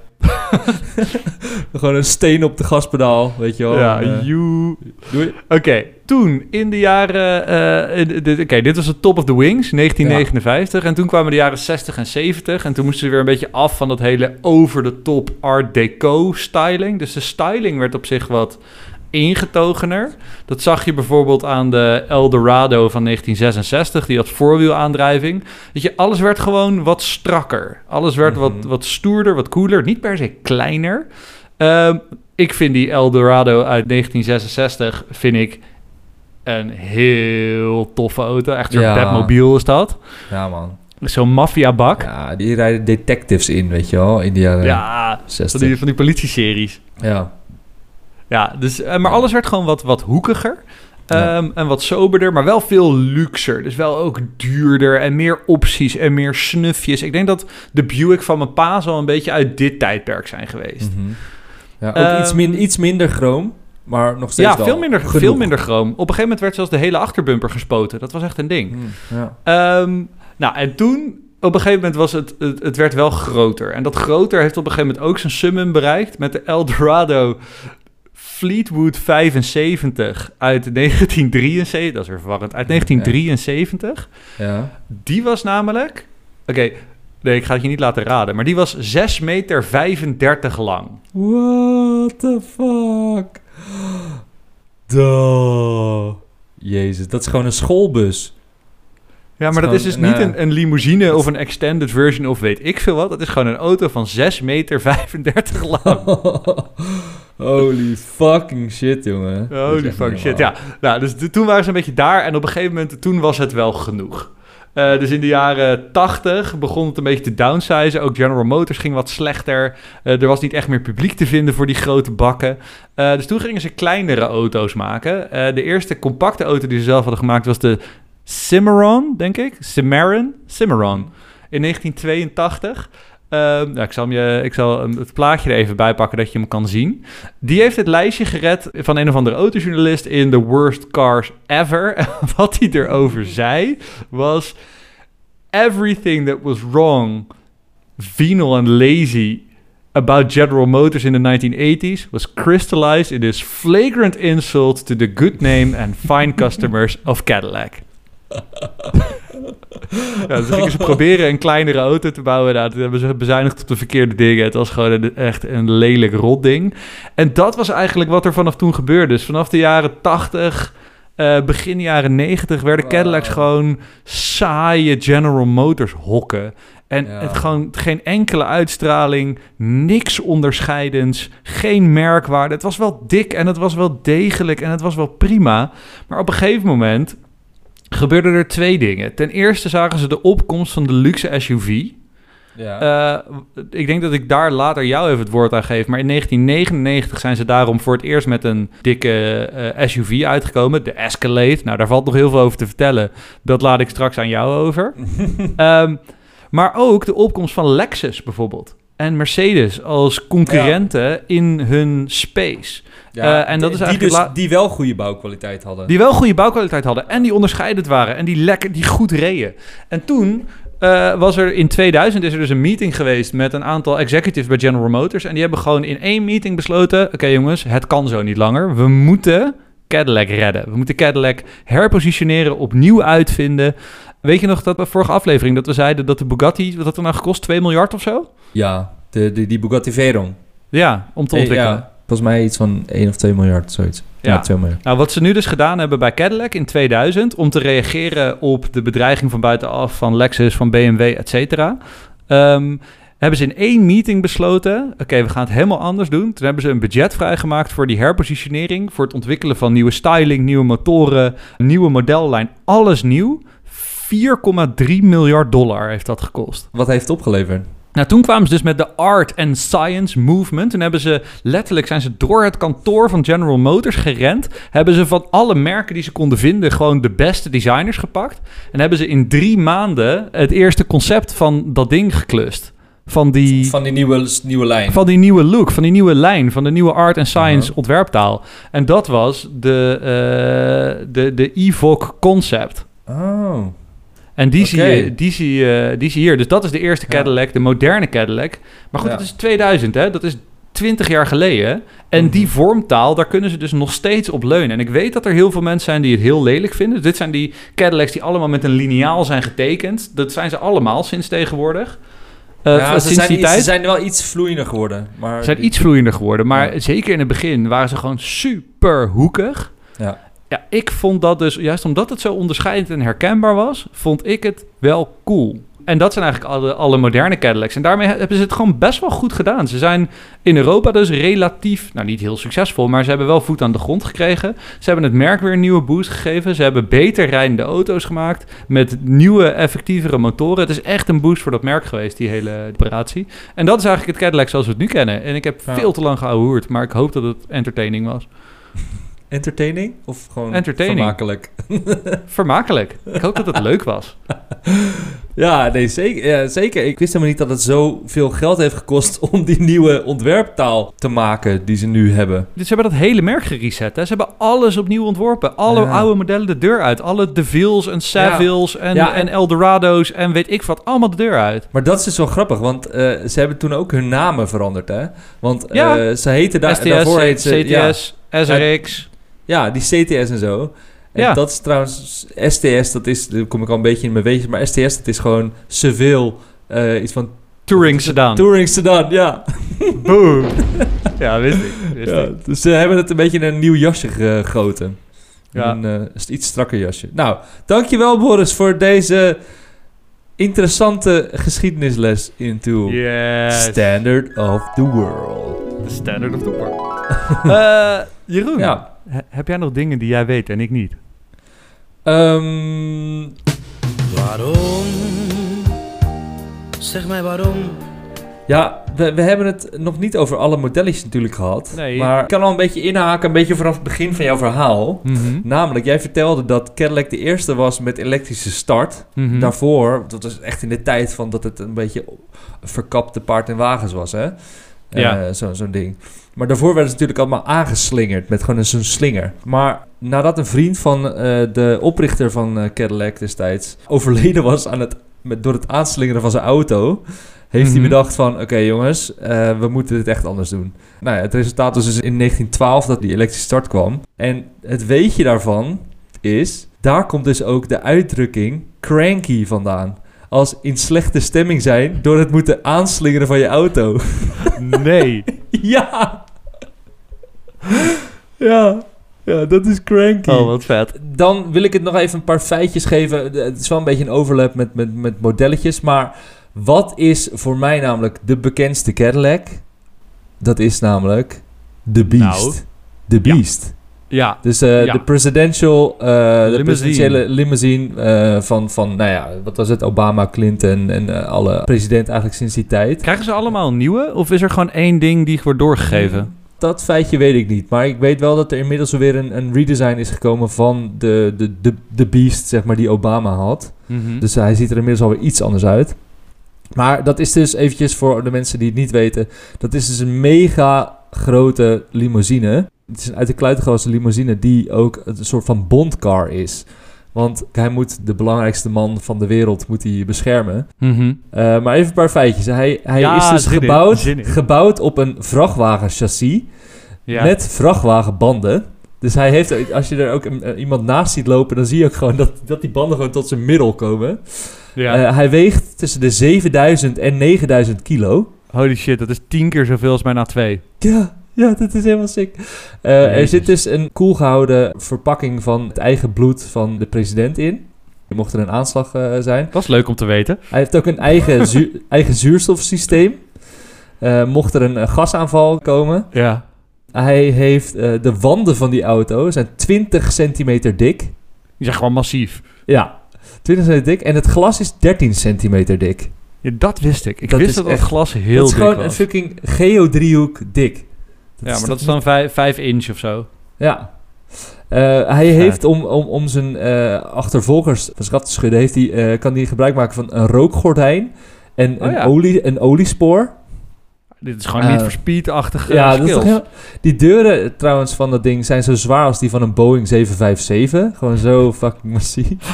Gewoon een steen op de gaspedaal, weet je wel. Ja, En, eh, joe. doei. Oké, toen in de jaren... eh, in de- Oké, dit was de top of the wings, negentien negenenvijftig. En toen kwamen de jaren zestig en zeventig. En toen moesten ze weer een beetje af van dat hele over-the-top art deco styling. Dus de styling werd op zich wat ingetogener. Dat zag je bijvoorbeeld aan de Eldorado van negentien zesenzestig. Die had voorwielaandrijving. Weet je, alles werd gewoon wat strakker. Alles werd wat, Mhm. wat stoerder, wat cooler. Niet per se kleiner. Ehm, ik vind die Eldorado uit negentien zesenzestig vind ik een heel toffe auto. Echt zo'n Ja. Batmobile is dat. Ja, man. Zo'n maffiabak. Ja, die rijden detectives in, weet je wel, in de jaren Ja, van zestig. die, van die politie-series. Ja. Ja, dus, eh, maar alles werd gewoon wat, wat hoekiger. Ja. Ehm, En wat soberder, maar wel veel luxer. Dus wel ook duurder en meer opties en meer snufjes. Ik denk dat de Buick van mijn pa zal een beetje uit dit tijdperk zijn geweest. Mhm. Ja, ook Ehm, iets, min, iets minder chroom, maar nog steeds Ja, wel veel minder, genoeg. veel minder chroom. Op een gegeven moment werd zelfs de hele achterbumper gespoten. Dat was echt een ding. Mm, ja. Ehm, nou, en toen, op een gegeven moment was het, het, het werd wel groter. En dat groter heeft op een gegeven moment ook zijn summum bereikt met de Eldorado Fleetwood vijfenzeventig uit negentien drieënzeventig. Dat is weer verwarrend. Uit negentien drieënzeventig. Ja. Die was namelijk... Oké, nee, ik ga het je niet laten raden. Maar die was zes meter vijfendertig lang. What the fuck? Duh. Jezus, dat is gewoon een schoolbus. Ja, maar Het dat is is dus gewoon niet een, een, een limousine of een extended version of weet ik veel wat. Dat is gewoon een auto van zes meter vijfendertig lang. Holy fucking shit, jongen. Dat is Holy echt fuck niet shit, normaal. ja. Nou, dus de- toen waren ze een beetje daar en op een gegeven moment, toen was het wel genoeg. Eh, dus in de jaren tachtig begon het een beetje te downsizen. Ook General Motors ging wat slechter. Eh, er was niet echt meer publiek te vinden voor die grote bakken. Eh, dus toen gingen ze kleinere auto's maken. Eh, de eerste compacte auto die ze zelf hadden gemaakt was de Cimarron, denk ik. Cimarron? Cimarron. In negentien tweeëntachtig. Ehm, nou, ik zal, hem je, ik zal hem het plaatje er even bij pakken dat je hem kan zien. Die heeft het lijstje gered van een of andere autojournalist in The Worst Cars Ever. En wat hij erover zei was... Everything that was wrong, venal and lazy about General Motors in the nineteen eighties was crystallized in this flagrant insult to the good name and fine customers of Cadillac. Ja, dus gingen ze proberen een kleinere auto te bouwen. Nou, toen hebben ze bezuinigd op de verkeerde dingen. Het was gewoon een, echt een lelijk rotding. En dat was eigenlijk wat er vanaf toen gebeurde. Dus vanaf de jaren tachtig, uh, begin jaren negentig... werden Wow. Cadillacs gewoon saaie General Motors hokken. En Ja. het gewoon geen enkele uitstraling, niks onderscheidends, geen merkwaarde. Het was wel dik en het was wel degelijk en het was wel prima. Maar op een gegeven moment gebeurden er twee dingen. Ten eerste zagen ze de opkomst van de luxe S U V. Ja. Uh, ik denk dat ik daar later jou even het woord aan geef. Maar in negentien negenennegentig zijn ze daarom voor het eerst met een dikke uh, S U V uitgekomen. De Escalade. Nou, daar valt nog heel veel over te vertellen. Dat laat ik straks aan jou over. um, Maar ook de opkomst van Lexus bijvoorbeeld. En Mercedes als concurrenten ja. in hun space. Ja, uh, en dat is die, eigenlijk dus, la- die wel goede bouwkwaliteit hadden. Die wel goede bouwkwaliteit hadden. En die onderscheidend waren. En die lekker, die goed reden. En toen uh, was er in tweeduizend is er dus een meeting geweest met een aantal executives bij General Motors. En die hebben gewoon in één meeting besloten. Oké okay, jongens, het kan zo niet langer. We moeten Cadillac redden. We moeten Cadillac herpositioneren, opnieuw uitvinden. Weet je nog dat bij vorige aflevering dat we zeiden dat de Bugatti, wat had er nou gekost? twee miljard of zo? Ja, de, de, die Bugatti Veyron. Ja, om te ontwikkelen. Ja, volgens mij iets van één of twee miljard, zoiets. Ja. ja, twee miljard. Nou, wat ze nu dus gedaan hebben bij Cadillac in tweeduizend... om te reageren op de bedreiging van buitenaf, van Lexus, van B M W, et cetera... Um, hebben ze in één meeting besloten... oké, okay, we gaan het helemaal anders doen. Toen hebben ze een budget vrijgemaakt voor die herpositionering... voor het ontwikkelen van nieuwe styling, nieuwe motoren... nieuwe modellijn, alles nieuw. vier komma drie miljard dollar heeft dat gekost. Wat heeft het opgeleverd? Nou, toen kwamen ze dus met de Art and Science Movement. Toen hebben ze letterlijk, zijn ze door het kantoor van General Motors gerend. Hebben ze van alle merken die ze konden vinden gewoon de beste designers gepakt. En hebben ze in drie maanden het eerste concept van dat ding geklust. Van die, van die nieuwe, nieuwe lijn. Van die nieuwe look, van die nieuwe lijn, van de nieuwe Art and Science uh-huh. ontwerptaal. En dat was de, uh, de, de Evoque concept. Oh. En die, okay. zie je, die, zie je, die zie je hier. Dus dat is de eerste Cadillac, ja. de moderne Cadillac. Maar goed, ja. dat is tweeduizend, hè? Dat is twintig jaar geleden. En mm-hmm. die vormtaal, daar kunnen ze dus nog steeds op leunen. En ik weet dat er heel veel mensen zijn die het heel lelijk vinden. Dus dit zijn die Cadillacs die allemaal met een liniaal zijn getekend. Dat zijn ze allemaal sinds tegenwoordig. Uh, ja, sinds ze, zijn die iets, tijd. ze zijn wel iets vloeiender geworden. Maar ze zijn die... iets vloeiender geworden. Maar ja. zeker in het begin waren ze gewoon super hoekig. Ja. Ja, ik vond dat dus, juist omdat het zo onderscheidend en herkenbaar was, vond ik het wel cool. En dat zijn eigenlijk alle, alle moderne Cadillacs. En daarmee hebben ze het gewoon best wel goed gedaan. Ze zijn in Europa dus relatief, nou niet heel succesvol, maar ze hebben wel voet aan de grond gekregen. Ze hebben het merk weer een nieuwe boost gegeven. Ze hebben beter rijdende auto's gemaakt met nieuwe, effectievere motoren. Het is echt een boost voor dat merk geweest, die hele operatie. En dat is eigenlijk het Cadillac zoals we het nu kennen. En ik heb ja. veel te lang geouwehoerd, maar ik hoop dat het entertaining was. Entertaining? Of gewoon entertaining. vermakelijk? Vermakelijk. Ik hoop dat het leuk was. Ja, nee, zeker, ja, zeker. Ik wist helemaal niet dat het zoveel geld heeft gekost om die nieuwe ontwerptaal te maken die ze nu hebben. Dus ze hebben dat hele merk gereset. Hè? Ze hebben alles opnieuw ontworpen. Alle ja. oude modellen de deur uit. Alle DeVille's en Savills ja. en, ja, en... en Eldorado's en weet ik wat. Allemaal de deur uit. Maar dat is dus wel grappig, want uh, ze hebben toen ook hun namen veranderd, hè? Want uh, ja. ze heten daar, S T S, daarvoor heet ze... C T S, ja, S R X... Ja, die C T S en zo. En ja. dat is trouwens... S T S, dat is... Daar kom ik al een beetje in mijn weetjes. Maar S T S, dat is gewoon Seville. Uh, iets van... Touring Sedan. Touring Sedan, ja. Boom. Ja, wist ik. Wist ja, ik. Dus ze hebben het een beetje in een nieuw jasje gegoten. Ja. Een uh, iets strakker jasje. Nou, dankjewel Boris voor deze interessante geschiedenisles into yes. Standard of the World. The Standard of the World. uh, Jeroen, ja. he- heb jij nog dingen die jij weet en ik niet? Um... Waarom? Zeg mij waarom. Ja, we, we hebben het nog niet over alle modelletjes natuurlijk gehad. Nee. Maar ik kan al een beetje inhaken, een beetje vanaf het begin van jouw verhaal. Mm-hmm. Namelijk, jij vertelde dat Cadillac de eerste was met elektrische start. Mm-hmm. Daarvoor, dat was echt in de tijd van dat het een beetje verkapte paard en wagens was, hè? Ja. Uh, zo, zo'n ding. Maar daarvoor werden ze natuurlijk allemaal aangeslingerd met gewoon zo'n slinger. Maar nadat een vriend van uh, de oprichter van uh, Cadillac destijds overleden was aan het, met, door het aanslingeren van zijn auto, heeft mm-hmm. hij bedacht van, oké okay, jongens, uh, we moeten dit echt anders doen. Nou ja, het resultaat was dus in negentien twaalf dat die elektrische start kwam. En het weetje daarvan is, daar komt dus ook de uitdrukking cranky vandaan. Als in slechte stemming zijn door het moeten aanslingeren van je auto. Nee. Ja. Ja. Ja, dat is cranky. Oh, wat vet. Dan wil ik het nog even een paar feitjes geven. Het is wel een beetje een overlap met, met, met modelletjes. Maar wat is voor mij namelijk de bekendste Cadillac? Dat is namelijk de Beast. Nou, de Beast. Ja. Ja. Dus uh, ja. de presidential, uh, limousine. de presidentiële limousine uh, van, van, nou ja, wat was het? Obama, Clinton en uh, alle presidenten eigenlijk sinds die tijd. Krijgen ze allemaal een nieuwe? Of is er gewoon één ding die wordt doorgegeven? Dat feitje weet ik niet. Maar ik weet wel dat er inmiddels weer een, een redesign is gekomen van de, de, de, de Beast, zeg maar, die Obama had. Mm-hmm. Dus uh, hij ziet er inmiddels alweer iets anders uit. Maar dat is dus eventjes voor de mensen die het niet weten. Dat is dus een mega grote limousine. Het is een uit de kluiten gewassen limousine die ook een soort van bondcar is. Want hij moet de belangrijkste man van de wereld moet hij beschermen. Mm-hmm. Uh, maar even een paar feitjes. Hij, hij Ja, is dus zin in, gebouwd, zin in. gebouwd op een vrachtwagenchassis Ja. met vrachtwagenbanden. Dus hij heeft, als je er ook een, uh, iemand naast ziet lopen, dan zie je ook gewoon dat, dat die banden gewoon tot zijn middel komen. Ja. Uh, hij weegt tussen de zevenduizend en negenduizend kilo. Holy shit, dat is tien keer zoveel als mijn A twee. Ja, ja, dat is helemaal sick. Uh, er zit dus een koelgehouden verpakking van het eigen bloed van de president in. Mocht er een aanslag uh, zijn. Dat is leuk om te weten. Hij heeft ook een eigen, zu- eigen zuurstofsysteem. Uh, mocht er een uh, gasaanval komen. Ja. Hij heeft uh, de wanden van die auto zijn twintig centimeter dik. Die zijn gewoon massief. Ja, twintig centimeter dik. En het glas is dertien centimeter dik. Ja, dat wist ik. Ik Dat wist is dat echt- het glas heel dat is dik gewoon was. een fucking geodriehoek dik. Dat ja, maar toch dat is dan vijf, vijf inch of zo. Ja. Uh, hij Vet. heeft om, om, om zijn uh, achtervolgers van schat te schudden, heeft hij, uh, kan hij gebruik maken van een rookgordijn en Oh een, ja. olie, een oliespoor. Dit is gewoon Uh, niet voor speed-achtige Ja, dat is skills. toch heel... Die deuren uh, trouwens van dat ding zijn zo zwaar als die van een Boeing zeven vijf zeven. Gewoon zo fucking massief.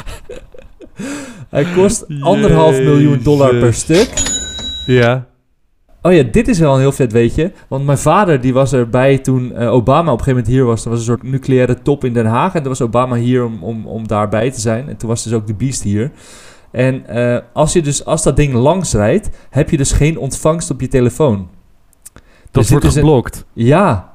Hij kost anderhalf miljoen dollar per Jezus. stuk. Ja. Oh ja, dit is wel een heel vet weetje. Want mijn vader die was erbij toen uh, Obama op een gegeven moment hier was. Er was een soort nucleaire top in Den Haag. En toen was Obama hier om, om, om daarbij te zijn. En toen was dus ook de Beast hier. En uh, als, je dus, als dat ding langs rijdt, heb je dus geen ontvangst op je telefoon. Dat zit wordt dus een- geblokt. Ja,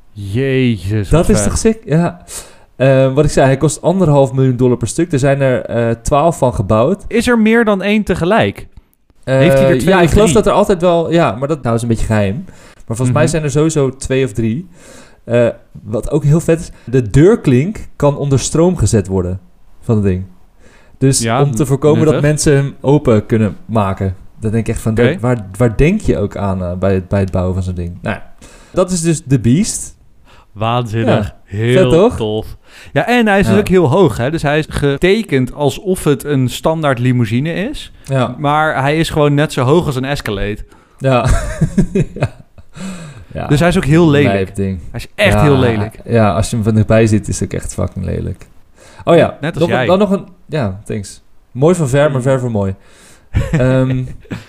Jezus. dat wat is vet. toch sick? Ja. Uh, wat ik zei, hij kost anderhalf miljoen dollar per stuk. Er zijn er uh, twaalf van gebouwd. Is er meer dan één tegelijk? Uh, Heeft hij er twee ja, of ik geloof drie? dat er altijd wel... Ja, maar dat nou is een beetje geheim. Maar volgens Mhm. mij zijn er sowieso twee of drie. Uh, wat ook heel vet is... De deurklink kan onder stroom gezet worden van het ding. Dus Ja, om te voorkomen nuttig. dat mensen hem open kunnen maken. Dan denk ik echt van... Oké. dat- waar, waar denk je ook aan uh, bij, het, bij het bouwen van zo'n ding? Nou ja, dat is dus de Beast. Waanzinnig. Ja. Heel Vet, toch? tof. Ja, en hij is dus Ja. ook heel hoog. Hè? Dus hij is getekend alsof het een standaard limousine is. Ja, Maar hij is gewoon net zo hoog als een Escalade. ja. ja. ja. Dus hij is ook heel lelijk. Lijp ding. Hij is echt Ja, heel lelijk. Ja, als je hem van dichtbij ziet, is het ook echt fucking lelijk. Oh ja, Net als nog, jij. dan nog een... Ja, thanks. Mooi van ver, maar ver van mooi. Ehm,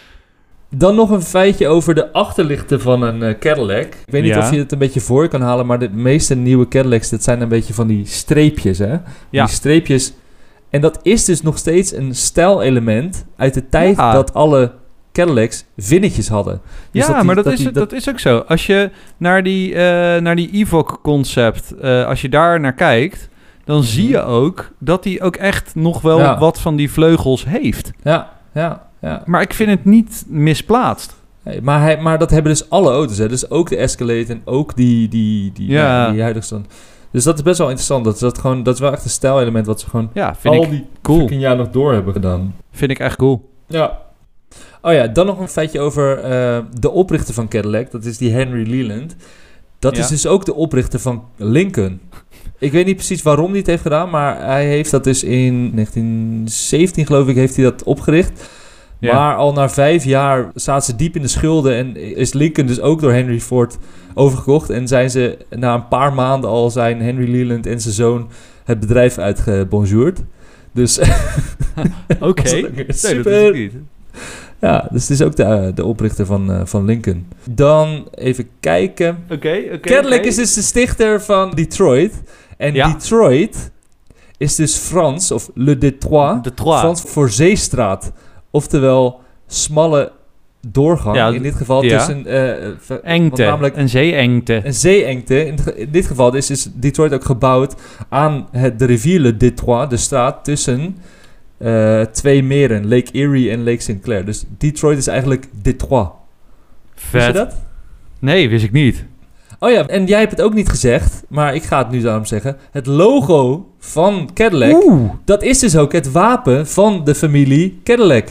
dan nog een feitje over de achterlichten van een uh, Cadillac. Ik weet niet Ja. of je het een beetje voor je kan halen, maar de meeste nieuwe Cadillacs, dat zijn een beetje van die streepjes, hè? Ja. Die streepjes. En dat is dus nog steeds een stijlelement uit de tijd Ja. dat alle Cadillacs vinnetjes hadden. Dus Ja, dat die- maar dat, dat is, die- dat, is ook zo. Als je naar die, eh naar die Evoque-concept, eh, als je daar naar kijkt, dan zie je ook dat hij ook echt nog wel Ja. wat van die vleugels heeft. Ja, ja, ja. Maar ik vind het niet misplaatst. Hey, maar, hij, maar dat hebben dus alle auto's, hè? Dus ook de Escalade en ook die, die, die, Ja. ja, die huidige stand. Dus dat is best wel interessant. Dat is, dat gewoon, dat is wel echt een stijlelement wat ze gewoon Ja, vind al ik die cool. fucking jaar nog door hebben gedaan. Vind ik echt cool. Ja. Oh ja, dan nog een feitje over uh, de oprichter van Cadillac. Dat is die Henry Leland. Dat Ja. is dus ook de oprichter van Lincoln. Ik weet niet precies waarom hij het heeft gedaan, maar hij heeft dat dus in negentien zeventien, geloof ik, heeft hij dat opgericht. Ja. Maar al na vijf jaar zaten ze diep in de schulden en is Lincoln dus ook door Henry Ford overgekocht. En zijn ze na een paar maanden al zijn Henry Leland en zijn zoon het bedrijf uitgebonjourd. Dus Oké. was Nee, ook weer dat super. wist ik niet. Ja, dus het is ook de, uh, de oprichter van, uh, van Lincoln. Dan even kijken. Oké, oké. Cadillac oké. is dus de stichter van Detroit. En Ja. Detroit is dus Frans, of Le Détroit, Detroit. Frans voor zeestraat. Oftewel smalle doorgang. Ja, in dit geval ja. tussen... uh, want Engte. namelijk Een zeeengte. een zeeengte. In, het ge- in dit geval is, is Detroit ook gebouwd aan het, de rivier Le Détroit. De straat tussen uh, twee meren. Lake Erie en Lake Saint Clair. Dus Detroit is eigenlijk Détroit. Wist je Vet. dat? Nee, wist ik niet. Oh ja, en jij hebt het ook niet gezegd, maar ik ga het nu daarom zeggen. Het logo van Cadillac, Oeh. dat is dus ook het wapen van de familie Cadillac.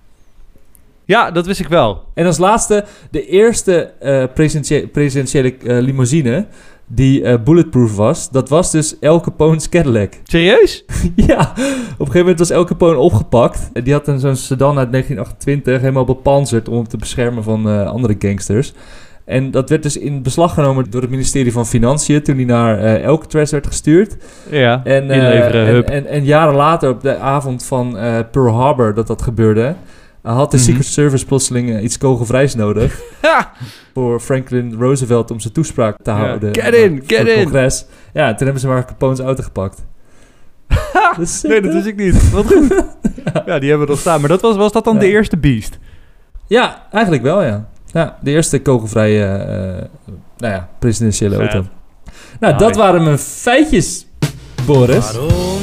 Ja, dat wist ik wel. En als laatste, de eerste uh, presidentiële, presidentiële uh, limousine die uh, bulletproof was. Dat was dus Al Capone's Cadillac. Serieus? Ja, op een gegeven moment was Al Capone opgepakt. Die had een zo'n sedan uit negentien achtentwintig, helemaal bepanzerd om hem te beschermen van uh, andere gangsters. En dat werd dus in beslag genomen door het ministerie van Financiën toen hij naar uh, Alcatraz werd gestuurd. Ja, en, uh, inleveren, en, hup. en, en jaren later, op de avond van uh, Pearl Harbor dat dat gebeurde, uh, had de Mhm. Secret Service plotseling uh, iets kogelvrijs nodig Ha! voor Franklin Roosevelt om zijn toespraak te Ja. houden. Get uh, in, voor get het in. congres. Ja, toen hebben ze maar Capone's auto gepakt. Dat is sick, Nee, dat hè? wist ik niet. Wat goed. Ja, die hebben we nog staan. Maar dat was, was dat dan Ja. de eerste Beast? Ja, eigenlijk wel, ja. Ja, de eerste kogelvrije uh, nou ja, presidentiële Vet. auto. Nou, Nice. dat waren mijn feitjes, Boris. Waarom?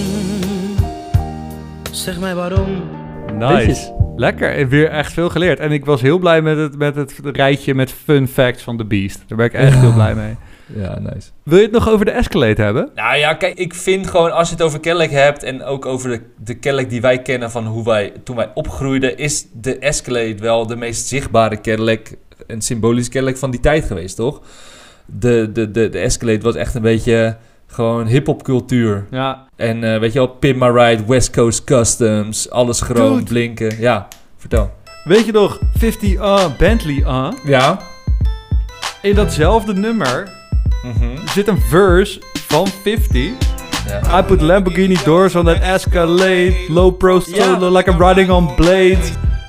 Zeg mij waarom. Nice. Weetjes. Lekker. En weer echt veel geleerd. En ik was heel blij met het, met het rijtje met fun facts van The Beast. Daar ben ik echt Ja. heel blij mee. Ja, nice. Wil je het nog over de Escalade hebben? Nou ja, kijk, ik vind gewoon als je het over Cadillac hebt en ook over de, de Cadillac die wij kennen van hoe wij toen wij opgroeiden, is de Escalade wel de meest zichtbare Cadillac en symbolische Cadillac van die tijd geweest, toch? De, de, de, de Escalade was echt een beetje gewoon hip-hop cultuur. Ja. En uh, weet je wel, Pimp My Ride, West Coast Customs, alles gewoon Dude. blinken. Ja, vertel. Weet je nog, vijftig uh, Bentley uh? Ja. In datzelfde nummer Mhm. zit een verse van vijftig. Ja. I put Lamborghini doors on that Escalade. Low pro solo Ja. like I'm riding on blades.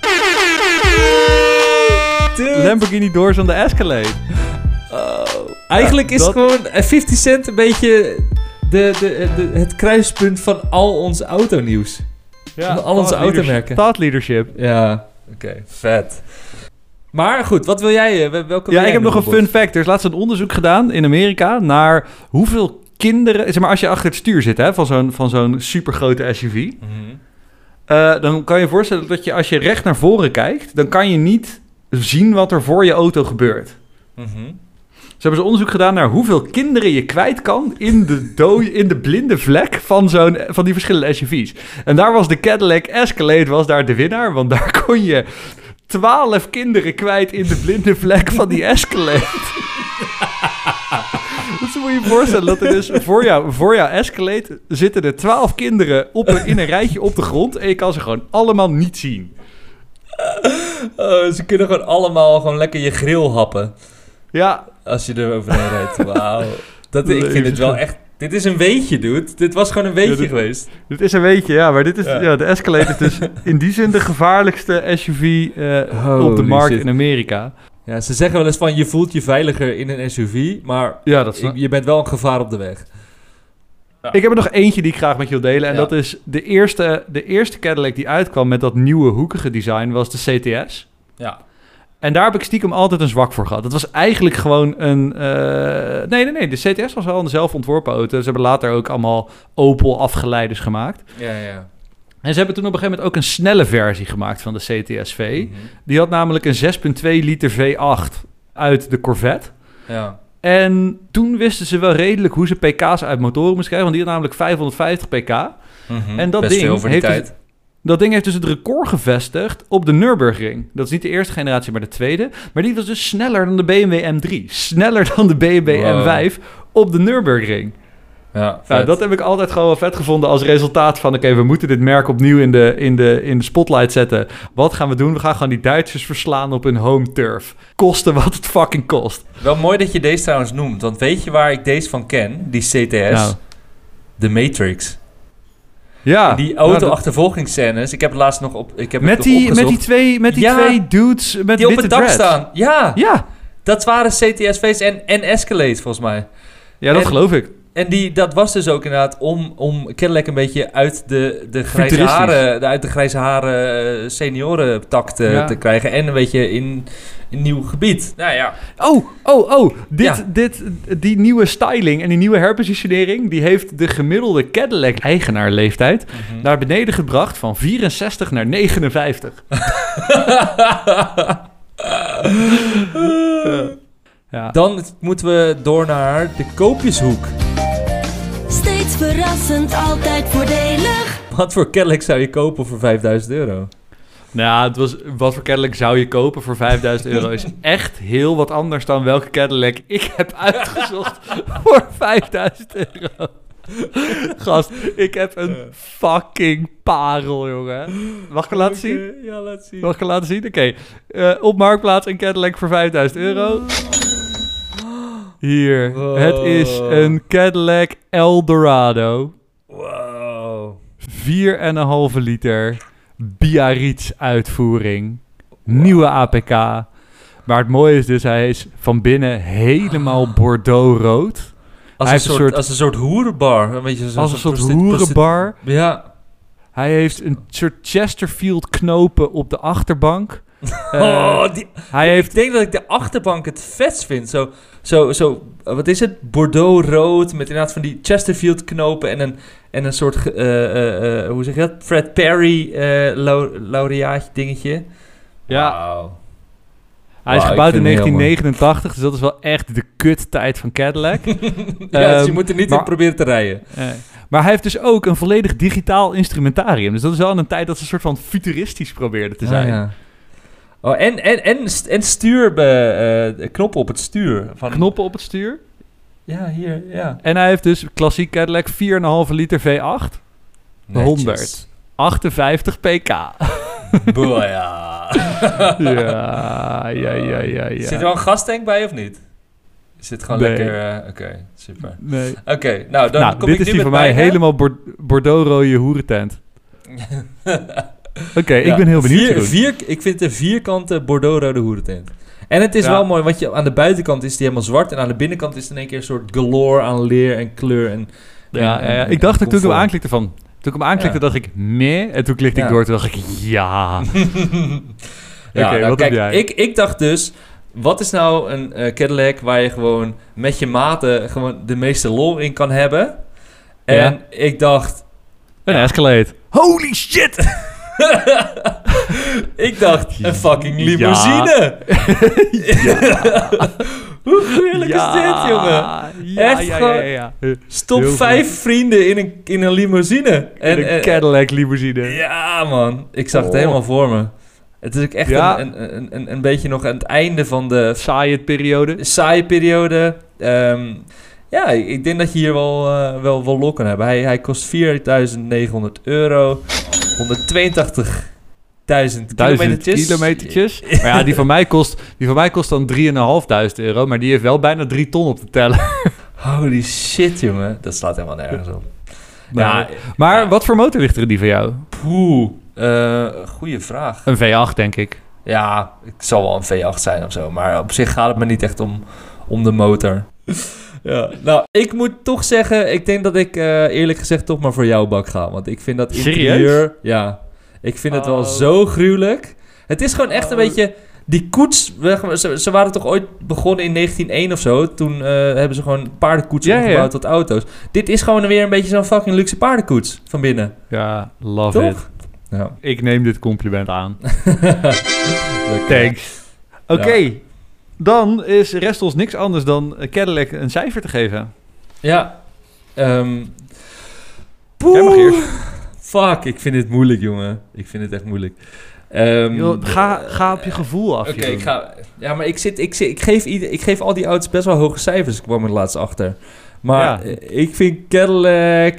Dude. Lamborghini doors on the Escalade. Oh. Eigenlijk is dat- gewoon uh, vijftig Cent een beetje de, de, de, het kruispunt van al ons autonieuws. Van al onze thought automerken. leadership. Thought leadership. Ja, oké, vet. Maar goed, wat wil jij? uh, Welke wil Ja, jij ik heb nog een noemen, fun fact. Er is laatst een onderzoek gedaan in Amerika naar hoeveel kinderen... Zeg maar, als je achter het stuur zit hè, van zo'n, van zo'n supergrote S U V... Bob? Mhm. Uh, dan kan je je voorstellen dat je als je recht naar voren kijkt, dan kan je niet zien wat er voor je auto gebeurt. Mhm. Ze hebben dus onderzoek gedaan naar hoeveel kinderen je kwijt kan in de, dooi, in de blinde vlek van, zo'n, van die verschillende S U V's. En daar was de Cadillac Escalade was daar de winnaar, want daar kon je twaalf kinderen kwijt in de blinde vlek van die Escalade. Dus dan moet je je voorstellen dat er dus voor jou, voor jou Escalade zitten er twaalf kinderen op een, in een rijtje op de grond en je kan ze gewoon allemaal niet zien. Oh, ze kunnen gewoon allemaal gewoon lekker je grill happen Ja, als je er overheen rijdt. Wauw. Dat, ik Leuk. vind het wel echt... Dit is een weetje, dude. Dit was gewoon een weetje Ja, dit- geweest. dit is een weetje, ja, maar dit is, Ja. ja. de Escalade is dus in die zin de gevaarlijkste S U V uh, Holy op de markt shit. in Amerika. Ja, ze zeggen wel eens van je voelt je veiliger in een S U V, maar Ja, dat is... ik- je bent wel een gevaar op de weg. Ik heb er nog eentje die ik graag met je wil delen. En Ja. dat is de eerste, de eerste Cadillac die uitkwam met dat nieuwe hoekige design was de C T S. Ja. En daar heb ik stiekem altijd een zwak voor gehad. Het was eigenlijk gewoon een... eh, Nee, nee, nee. De C T S was wel een zelf ontworpen auto. Ze hebben later ook allemaal Opel afgeleiders gemaakt. Ja, ja. En ze hebben toen op een gegeven moment ook een snelle versie gemaakt van de C T S V. Mhm. Die had namelijk een zes komma twee liter V acht uit de Corvette. Ja. En toen wisten ze wel redelijk hoe ze pk's uit motoren moesten krijgen. Want die had namelijk vijfhonderdvijftig pk. Mhm. En dat Best ding veel voor die heeft dus- tijd. Dat ding heeft dus het record gevestigd op de Nürburgring. Dat is niet de eerste generatie, maar de tweede. Maar die was dus sneller dan de B M W M drie. Sneller dan de B M W Wow. M vijf op de Nürburgring. Ja, Nou, vet. dat heb ik altijd gewoon wel vet gevonden als resultaat van... oké, we moeten dit merk opnieuw in de, in, de, in de spotlight zetten. Wat gaan we doen? We gaan gewoon die Duitsers verslaan op hun home turf. Kosten wat het fucking kost. Wel mooi dat je deze trouwens noemt, want weet je waar ik deze van ken? Die C T S. Nou. De Matrix. Ja. Die nou, dat- auto-achtervolgingsscènes. Ik heb het laatst nog op. Ik heb het met, nog die, met opgezocht. die twee, met die Ja. twee dudes met die op witte het dak dreads. staan. Ja, Ja. dat waren C T S V's en, en Escalade volgens mij. Ja, dat En- geloof ik. En die, dat was dus ook inderdaad om, om Cadillac een beetje uit de, de grijze Futuristisch. haren, de, uit de grijze haren eh, seniorentak te, Ja. te krijgen. En een beetje in een nieuw gebied. Nou ja. Oh, oh, oh. Dit, Ja. dit, die nieuwe styling en die nieuwe herpositionering... die heeft de gemiddelde Cadillac-eigenaarleeftijd... Mhm. naar beneden gebracht van vierenzestig naar negenenvijftig. Ja. Dan moeten we door naar de koopjeshoek. Steeds verrassend, altijd voordelig. Wat voor Cadillac zou je kopen voor vijfduizend euro? Nou, het was, wat voor Cadillac zou je kopen voor vijfduizend euro is echt heel wat anders dan welke Cadillac ik heb uitgezocht voor vijfduizend euro. Gast, ik heb een fucking parel, jongen. Mag ik hem laten zien? Okay, ja, laat zien. Mag ik hem laten zien? Oké. Okay. Uh, op Marktplaats een Cadillac voor vijfduizend euro. Hier. Wow. Het is een Cadillac Eldorado. Wow. vier komma vijf liter Biarritz uitvoering. Nieuwe A P K. Maar het mooie is dus, hij is van binnen helemaal Bordeaux rood. Als een, soort, soort, als een soort hoerenbar. Een beetje zo, als een soort prosti- hoerenbar. prosti- ja. Hij heeft een soort Chesterfield knopen op de achterbank. Uh, oh, die, hij heeft... Ik denk dat ik de achterbank het vetst vind. Zo, zo, zo, wat is het? Bordeaux rood met inderdaad van die Chesterfield knopen en een, en een soort, uh, uh, uh, hoe zeg je dat? Fred Perry uh, lau- laureaatje dingetje. Ja. Wow. Hij is wow, gebouwd in negentien negenenentachtig, dus dat is wel echt de kuttijd van Cadillac. ja, dus je um, moet er niet maar, in proberen te rijden. Uh, maar hij heeft dus ook een volledig digitaal instrumentarium. Dus dat is wel in een tijd dat ze een soort van futuristisch probeerden te zijn. Oh, ja. Oh, en, en, en, en stuur, uh, knoppen op het stuur. Van... Knoppen op het stuur? Ja, hier, ja. En hij heeft dus klassiek Cadillac vier komma vijf liter V acht. Netjes. honderdachtenvijftig pk. Boah, ja. ja, ja, ja, ja, ja. Zit er wel een gastank bij of niet? Zit gewoon nee. lekker... Uh, Oké, okay, super. Nee. Oké, okay, nou dan nou, kom dit ik is nu die met voor mij mij, helemaal Bord- Bordeaux-rode hoerentent. Oké, okay, ja, ik ben heel benieuwd. Vier, vier, ik vind het een vierkante Bordeaux-rode hoerentent. En het is ja. wel mooi, want je, aan de buitenkant is die helemaal zwart... en aan de binnenkant is het in één keer een soort galore aan leer en kleur. En, ja, en, ja, ja. en, ik dacht en toen ik hem aanklikte van... Toen ik hem aanklikte, ja. dacht ik, meh. En toen klikte ja. ik door, toen dacht ik, ja. ja, Oké, okay, nou, wat kijk, heb jij? Ik, ik dacht dus... Wat is nou een uh, Cadillac waar je gewoon met je maten... gewoon de meeste lol in kan hebben? En ja. ik dacht... Een ja. Escalade. Holy shit! ik dacht, een fucking limousine. Ja. ja. Hoe heerlijk ja. is dit, jongen? Ja, Echt ja, ja, ja, ja. Stop Heel vijf goed. vrienden in een, in een limousine. En, in een Cadillac limousine. Ja, man. Ik zag oh. het helemaal voor me. Het is ook echt ja. een, een, een, een beetje nog aan het einde van de... Saaie periode. Saaie periode. Um, ja, ik denk dat je hier wel, uh, wel, wel lol kan hebben. Hij, hij kost vierduizend negenhonderd euro. honderdtweeëntachtigduizend kilometertjes. kilometertjes. Maar ja, die van mij kost, die van mij kost dan drieduizend vijfhonderd euro. Maar die heeft wel bijna drie ton op te tellen. Holy shit, jongen. Dat slaat helemaal nergens op. Nou, ja, maar ja. wat voor motor ligt er in die van jou? Poeh. Uh, goeie vraag. Een V acht, denk ik. Ja, het zal wel een V acht zijn of zo. Maar op zich gaat het me niet echt om, om de motor. Ja, nou, ik moet toch zeggen... Ik denk dat ik uh, eerlijk gezegd toch maar voor jouw bak ga. Want ik vind dat interieur... Serieus? Ja, ik vind het oh. wel zo gruwelijk. Het is gewoon echt oh. een beetje... Die koets... Ze, ze waren toch ooit begonnen in negentien één of zo. Toen uh, hebben ze gewoon paardenkoetsen ja, omgebouwd ja. tot auto's. Dit is gewoon weer een beetje zo'n fucking luxe paardenkoets van binnen. Ja, love toch? it. Ja. Ik neem dit compliment aan. Thanks. Oké, okay. ja. Dan is rest ons niks anders dan Cadillac een cijfer te geven. Ja. Um, Jij mag eerst. Fuck, ik vind dit moeilijk, jongen. Ik vind het echt moeilijk. Um, Yo, ga, ga op je gevoel af. Oké, okay, ik ga... Ja, maar ik, zit, ik, zit, ik, geef ieder, ik geef al die auto's best wel hoge cijfers. Ik kwam er laatst achter. Maar ja. ik vind Cadillac...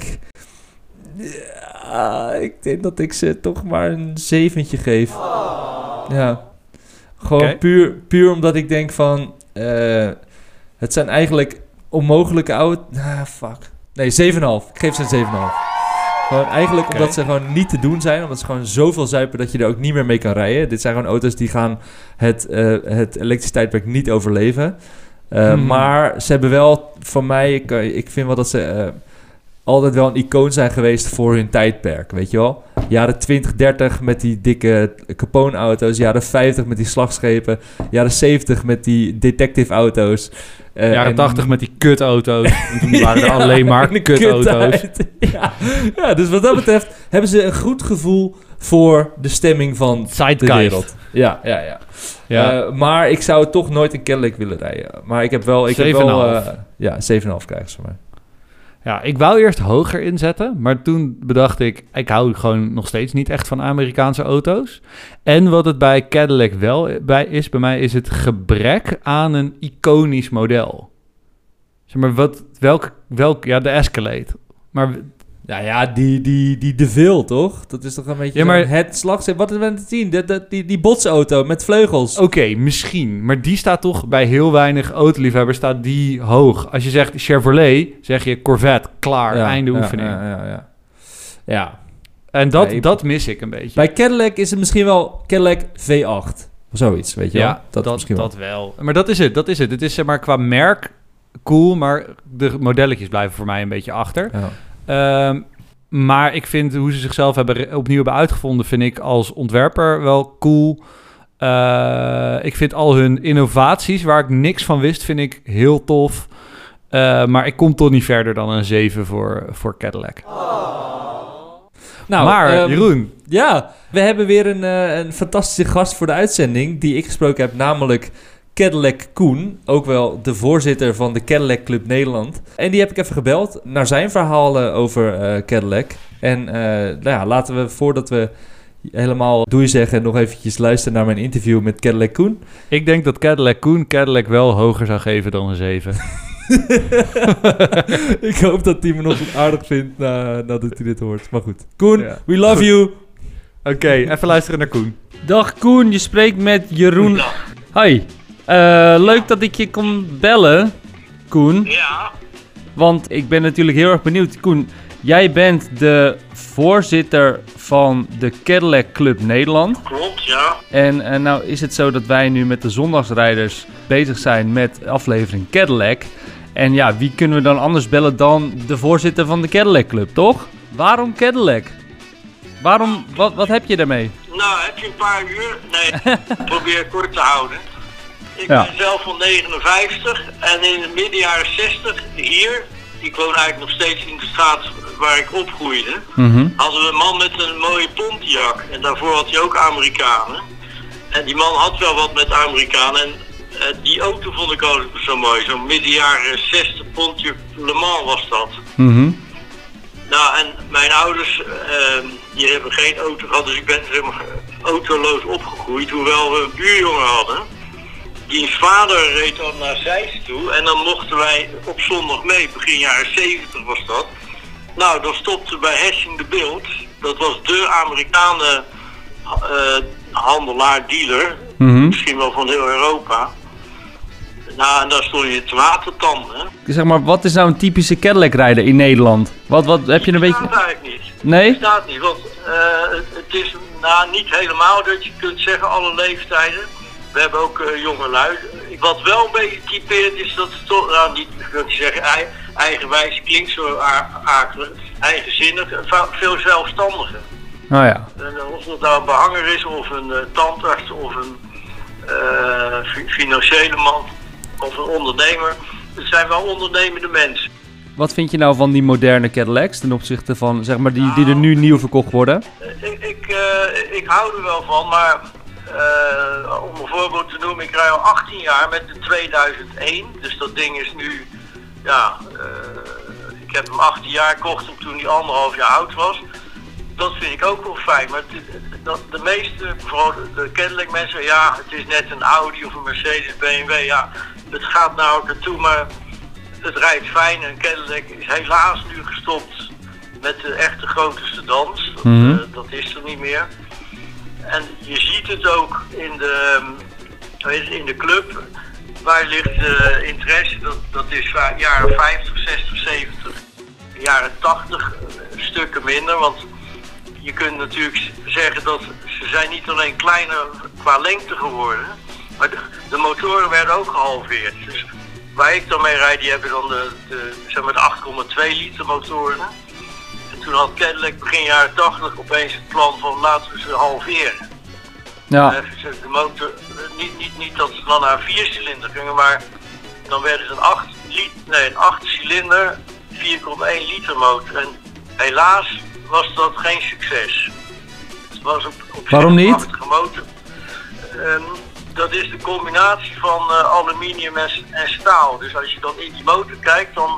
Ja, ik denk dat ik ze toch maar een zeventje geef. Oh. Ja. Gewoon okay. puur, puur omdat ik denk van... Uh, het zijn eigenlijk onmogelijke auto's... Ah, fuck. Nee, zeven komma vijf. Ik geef ze een zeven komma vijf. Gewoon eigenlijk okay. omdat ze gewoon niet te doen zijn. Omdat ze gewoon zoveel zuipen dat je er ook niet meer mee kan rijden. Dit zijn gewoon auto's die gaan het, uh, het elektriciteitstijdperk niet overleven. Uh, hmm. Maar ze hebben wel van mij... Ik, ik vind wel dat ze... Uh, altijd wel een icoon zijn geweest voor hun tijdperk, weet je wel? Jaren twintig, dertig met die dikke Capone-auto's. Jaren vijftig met die slagschepen. Jaren zeventig met die detective-auto's. Uh, jaren tachtig met die kutauto's. Toen waren er alleen maar kutauto's. Ja. ja, dus wat dat betreft hebben ze een goed gevoel voor de stemming van Zeitgeist. De wereld. Ja, ja, ja. ja. Uh, maar ik zou toch nooit een Cadillac willen rijden. Maar ik heb wel... Ik heb wel uh, ja, zeven komma vijf krijgen ze van mij. Ja, ik wou eerst hoger inzetten, maar toen bedacht ik, ik hou gewoon nog steeds niet echt van Amerikaanse auto's. En wat het bij Cadillac wel bij is, bij mij is het gebrek aan een iconisch model. Zeg maar, wat, welk, welk, ja, de Escalade. Maar... Ja, ja, die, die, die DeVille, toch? Dat is toch een beetje Ja, maar- zo'n het slagzet. Wat hebben we te zien? Dat, dat, die, die botsauto met vleugels. Oké, okay, misschien. Maar die staat toch bij heel weinig autoliefhebbers staat die hoog. Als je zegt Chevrolet, zeg je Corvette, klaar, Ja, einde ja, oefening. Ja, ja, ja. ja. En dat, Nee, dat mis ik een beetje. Bij Cadillac is het misschien wel Cadillac V acht. Of zoiets, weet je wel? ja, dat, dat, misschien wel. dat wel. Maar dat is het, dat is het. Het is zeg maar qua merk cool, maar de modelletjes blijven voor mij een beetje achter. Ja. Um, maar ik vind hoe ze zichzelf hebben, opnieuw hebben uitgevonden, vind ik als ontwerper wel cool. Uh, ik vind al hun innovaties, waar ik niks van wist, vind ik heel tof. Uh, maar ik kom toch niet verder dan een zeven voor, voor Cadillac. Nou, maar um, Jeroen. Ja, we hebben weer een, uh, een fantastische gast voor de uitzending die ik gesproken heb, namelijk Cadillac Koen, ook wel de voorzitter van de Cadillac Club Nederland. En die heb ik even gebeld naar zijn verhalen over uh, Cadillac. En uh, nou ja, laten we, voordat we helemaal doei zeggen, nog eventjes luisteren naar mijn interview met Cadillac Koen. Ik denk dat Cadillac Koen Cadillac wel hoger zou geven dan een zeven. Ik hoop dat hij me nog aardig vindt na, nadat hij dit hoort. Maar goed. Koen, Ja. we love Goed. you. Oké, okay, even luisteren naar Koen. Dag Koen, je spreekt met Jeroen. Hoi, uh, leuk dat ik je kon bellen, Koen. Ja, Want ik ben natuurlijk heel erg benieuwd. Koen, jij bent de voorzitter van de Cadillac Club Nederland. klopt, ja. En uh, nou is het zo dat wij nu met de zondagsrijders bezig zijn met aflevering Cadillac. En ja, wie kunnen we dan anders bellen dan de voorzitter van de Cadillac Club, toch? Waarom Cadillac? Waarom, wat, wat heb je daarmee? Nou, heb je een paar uur? Nee, ik probeer het kort te houden. Ik Ja. ben zelf van negenenvijftig en in de midden jaren zestig hier, ik woon eigenlijk nog steeds in de straat waar ik opgroeide, Mhm. hadden we een man met een mooie Pontiac en daarvoor had hij ook Amerikanen. En die man had wel wat met Amerikanen en uh, die auto vond ik ook zo mooi, zo'n midden jaren zestig Pontiac Le Mans was dat. Mhm. Nou, en mijn ouders, uh, die hebben geen auto gehad, dus ik ben zeg maar autoloos opgegroeid, hoewel we een buurjongen hadden. Diens vader reed dan naar Zeist toe en dan mochten wij op zondag mee, begin jaren zeventig was dat. Nou, dan stopte bij Hessing de Bilt, dat was de Amerikanen uh, handelaar, dealer, Mhm. misschien wel van heel Europa. Nou, en daar stond je te watertanden. Zeg maar, wat is nou een typische Cadillac-rijder in Nederland? Wat, wat heb je een Dat staat beetje... eigenlijk niet. Nee? Het staat niet, want uh, het, het is nou, niet helemaal dat je kunt zeggen alle leeftijden. We hebben ook uh, jonge lui. Wat wel een beetje typeert is dat het toch, nou niet, ik wil niet zeggen ei, eigenwijs, klinkt zo a- akelig, eigenzinnig, va- veel zelfstandigen. Nou ja. En, uh, of dat nou een behanger is, of een uh, tandarts, of een uh, fi- financiële man, of een ondernemer. Het zijn wel ondernemende mensen. Wat vind je nou van die moderne Cadillacs ten opzichte van, zeg maar, die, die er nu nieuw verkocht worden? Ik, ik, uh, ik hou er wel van, maar uh, om een voorbeeld te noemen, ik rij al achttien jaar met de tweeduizend één. Dus dat ding is nu, ja, uh, ik heb hem achttien jaar, kocht hem toen hij anderhalf jaar oud was. Dat vind ik ook wel fijn, maar het, dat, de meeste, vooral de, de Cadillac mensen, ja, het is net een Audi of een Mercedes, B M W, ja, het gaat naar elkaar toe, maar het rijdt fijn en Cadillac is helaas nu gestopt met de echte grote sedans. Dat, Mhm. uh, dat is er niet meer. En je ziet het ook in de, weet je, in de club. Waar ligt de interesse? Dat, dat is va- jaren vijftig, zestig, zeventig. Jaren tachtig uh, stukken minder. Want je kunt natuurlijk zeggen dat ze zijn niet alleen kleiner qua lengte geworden. Maar de, de motoren werden ook gehalveerd. Dus waar ik dan mee rijd, die hebben dan de, de, zeg maar de acht komma twee liter motoren. En toen had Cadillac begin jaren tachtig opeens het plan van laten we ze halveren. Ja. Uh, de motor, uh, niet, niet, niet dat ze dan naar een viercilinder gingen, maar dan werden ze een acht liter, nee, een acht cilinder, vier komma één liter motor. En helaas was dat geen succes. Het was op, op Waarom zich een niet? prachtige motor. Um, dat is de combinatie van uh, aluminium en, en staal. Dus als je dan in die motor kijkt, dan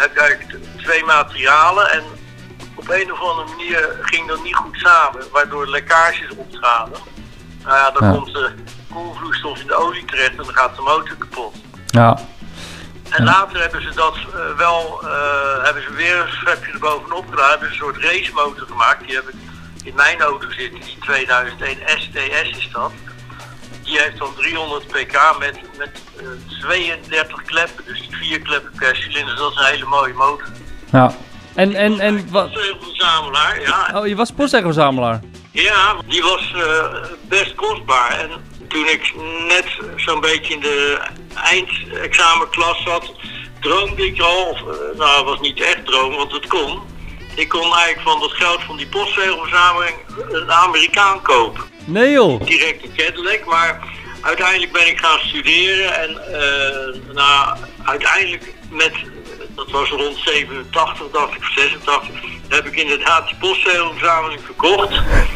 heb je eigenlijk twee materialen en op een of andere manier ging dat niet goed samen, waardoor lekkages optraden. Nou ja, dan Ja. komt de koelvloeistof in de olie terecht en dan gaat de motor kapot. Ja. En later hebben ze dat uh, wel, uh, hebben ze weer een schepje erbovenop gedaan, hebben ze een soort racemotor gemaakt. Die heb ik in mijn auto zitten, die tweeduizend één S T S is dat. Die heeft dan driehonderd pk met, met uh, tweeëndertig kleppen, dus vier kleppen per cilinder. Dat is een hele mooie motor. Ja. En, en, en wat? Postzegelverzamelaar, ja. Oh, je was postzegelverzamelaar. Ja, die was uh, best kostbaar. En toen ik net zo'n beetje in de eindexamenklas zat, droomde ik al, of, uh, nou het was niet echt droom, want het kon. Ik kon eigenlijk van dat geld van die postzegelverzameling een Amerikaan kopen. Nee joh. Direct een Cadillac, maar uiteindelijk ben ik gaan studeren en uh, nou, uiteindelijk met, dat was rond zevenentachtig, dacht ik, of zesentachtig, heb ik inderdaad die postzegelverzameling verkocht.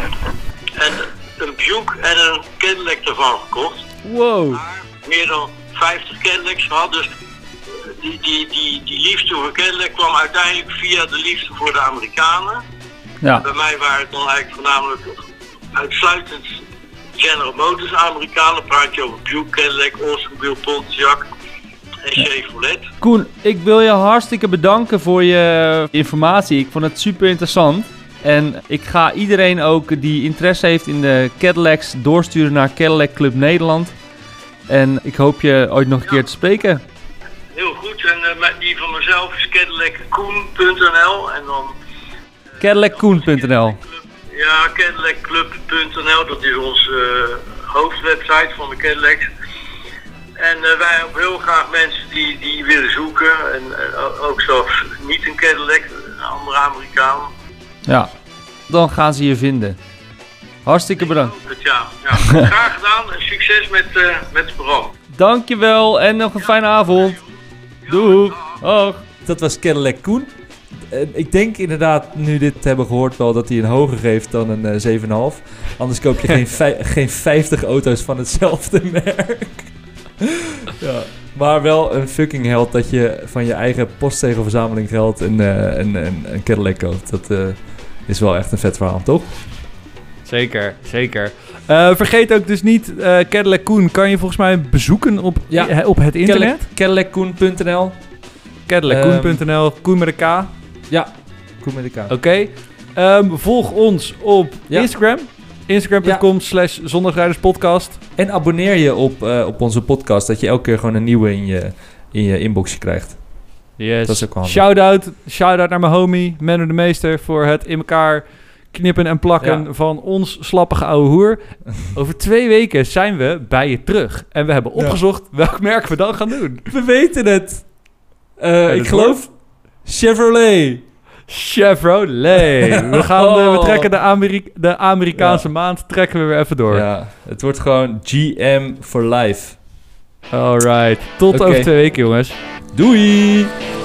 En een Buick en een Cadillac ervan gekocht. Wow. Maar meer dan vijftig Cadillacs gehad, dus die, die, die, die liefde voor Cadillac kwam uiteindelijk via de liefde voor de Amerikanen. Ja. Bij mij waren het dan eigenlijk voornamelijk uitsluitend General Motors Amerikanen. Praat je over Buick, Cadillac, Oldsmobile, Pontiac en Chevrolet. Koen, ik wil je hartstikke bedanken voor je informatie. Ik vond het super interessant. En ik ga iedereen ook die interesse heeft in de Cadillacs doorsturen naar Cadillac Club Nederland. En ik hoop je ooit nog een keer te spreken. Heel goed, en uh, die van mezelf is cadillac koen punt n l en dan... Uh, cadillac koen punt n l Ja, cadillac club punt n l, dat is onze uh, hoofdwebsite van de Cadillacs. En uh, wij hebben heel graag mensen die, die willen zoeken, en uh, ook zelfs niet een Cadillac, een andere Amerikaan. Ja, dan gaan ze je vinden. Hartstikke bedankt. Ja, ja. Graag gedaan en succes met, uh, met het programma. Dankjewel en nog een fijne avond. Doei. Dag. Dat was Cadillac Koen. Uh, ik denk inderdaad, nu dit hebben gehoord, wel dat hij een hoger geeft dan een uh, zeven komma vijf. Anders koop je geen, vij- geen vijftig auto's van hetzelfde merk. Ja. Maar wel een fucking held dat je van je eigen postzegelverzameling geld een, uh, een, een, een Cadillac koopt. Dat uh, is wel echt een vet verhaal, toch? Zeker, zeker. Uh, vergeet ook dus niet, uh, Cadillac Koen kan je volgens mij bezoeken op, Ja. i- op het internet. cadillac koen punt n l cadillac koen punt n l, Koen met een K. Ja, Koen met een K. Oké. Okay. Um, volg ons op Ja. Instagram. Instagram punt com slash zondagsrijderspodcast. En abonneer je op, uh, op onze podcast, dat je elke keer gewoon een nieuwe in je, in je inboxje krijgt. Yes. Dat is ook wel handig. Shout-out, shout-out naar mijn homie, Menno de Meester, voor het in elkaar knippen en plakken Ja. van ons slappige ouwe hoer. Over twee weken zijn we bij je terug. En we hebben opgezocht welk merk we dan gaan doen. We weten het. Uh, het ik geloof Chevrolet. Chevrolet. We, gaan, uh, we Oh. trekken de, Ameri- de Amerikaanse Ja. maand trekken we weer even door. Ja, het wordt gewoon G M for life. Alright. Tot Oké. over twee weken, jongens. Doei!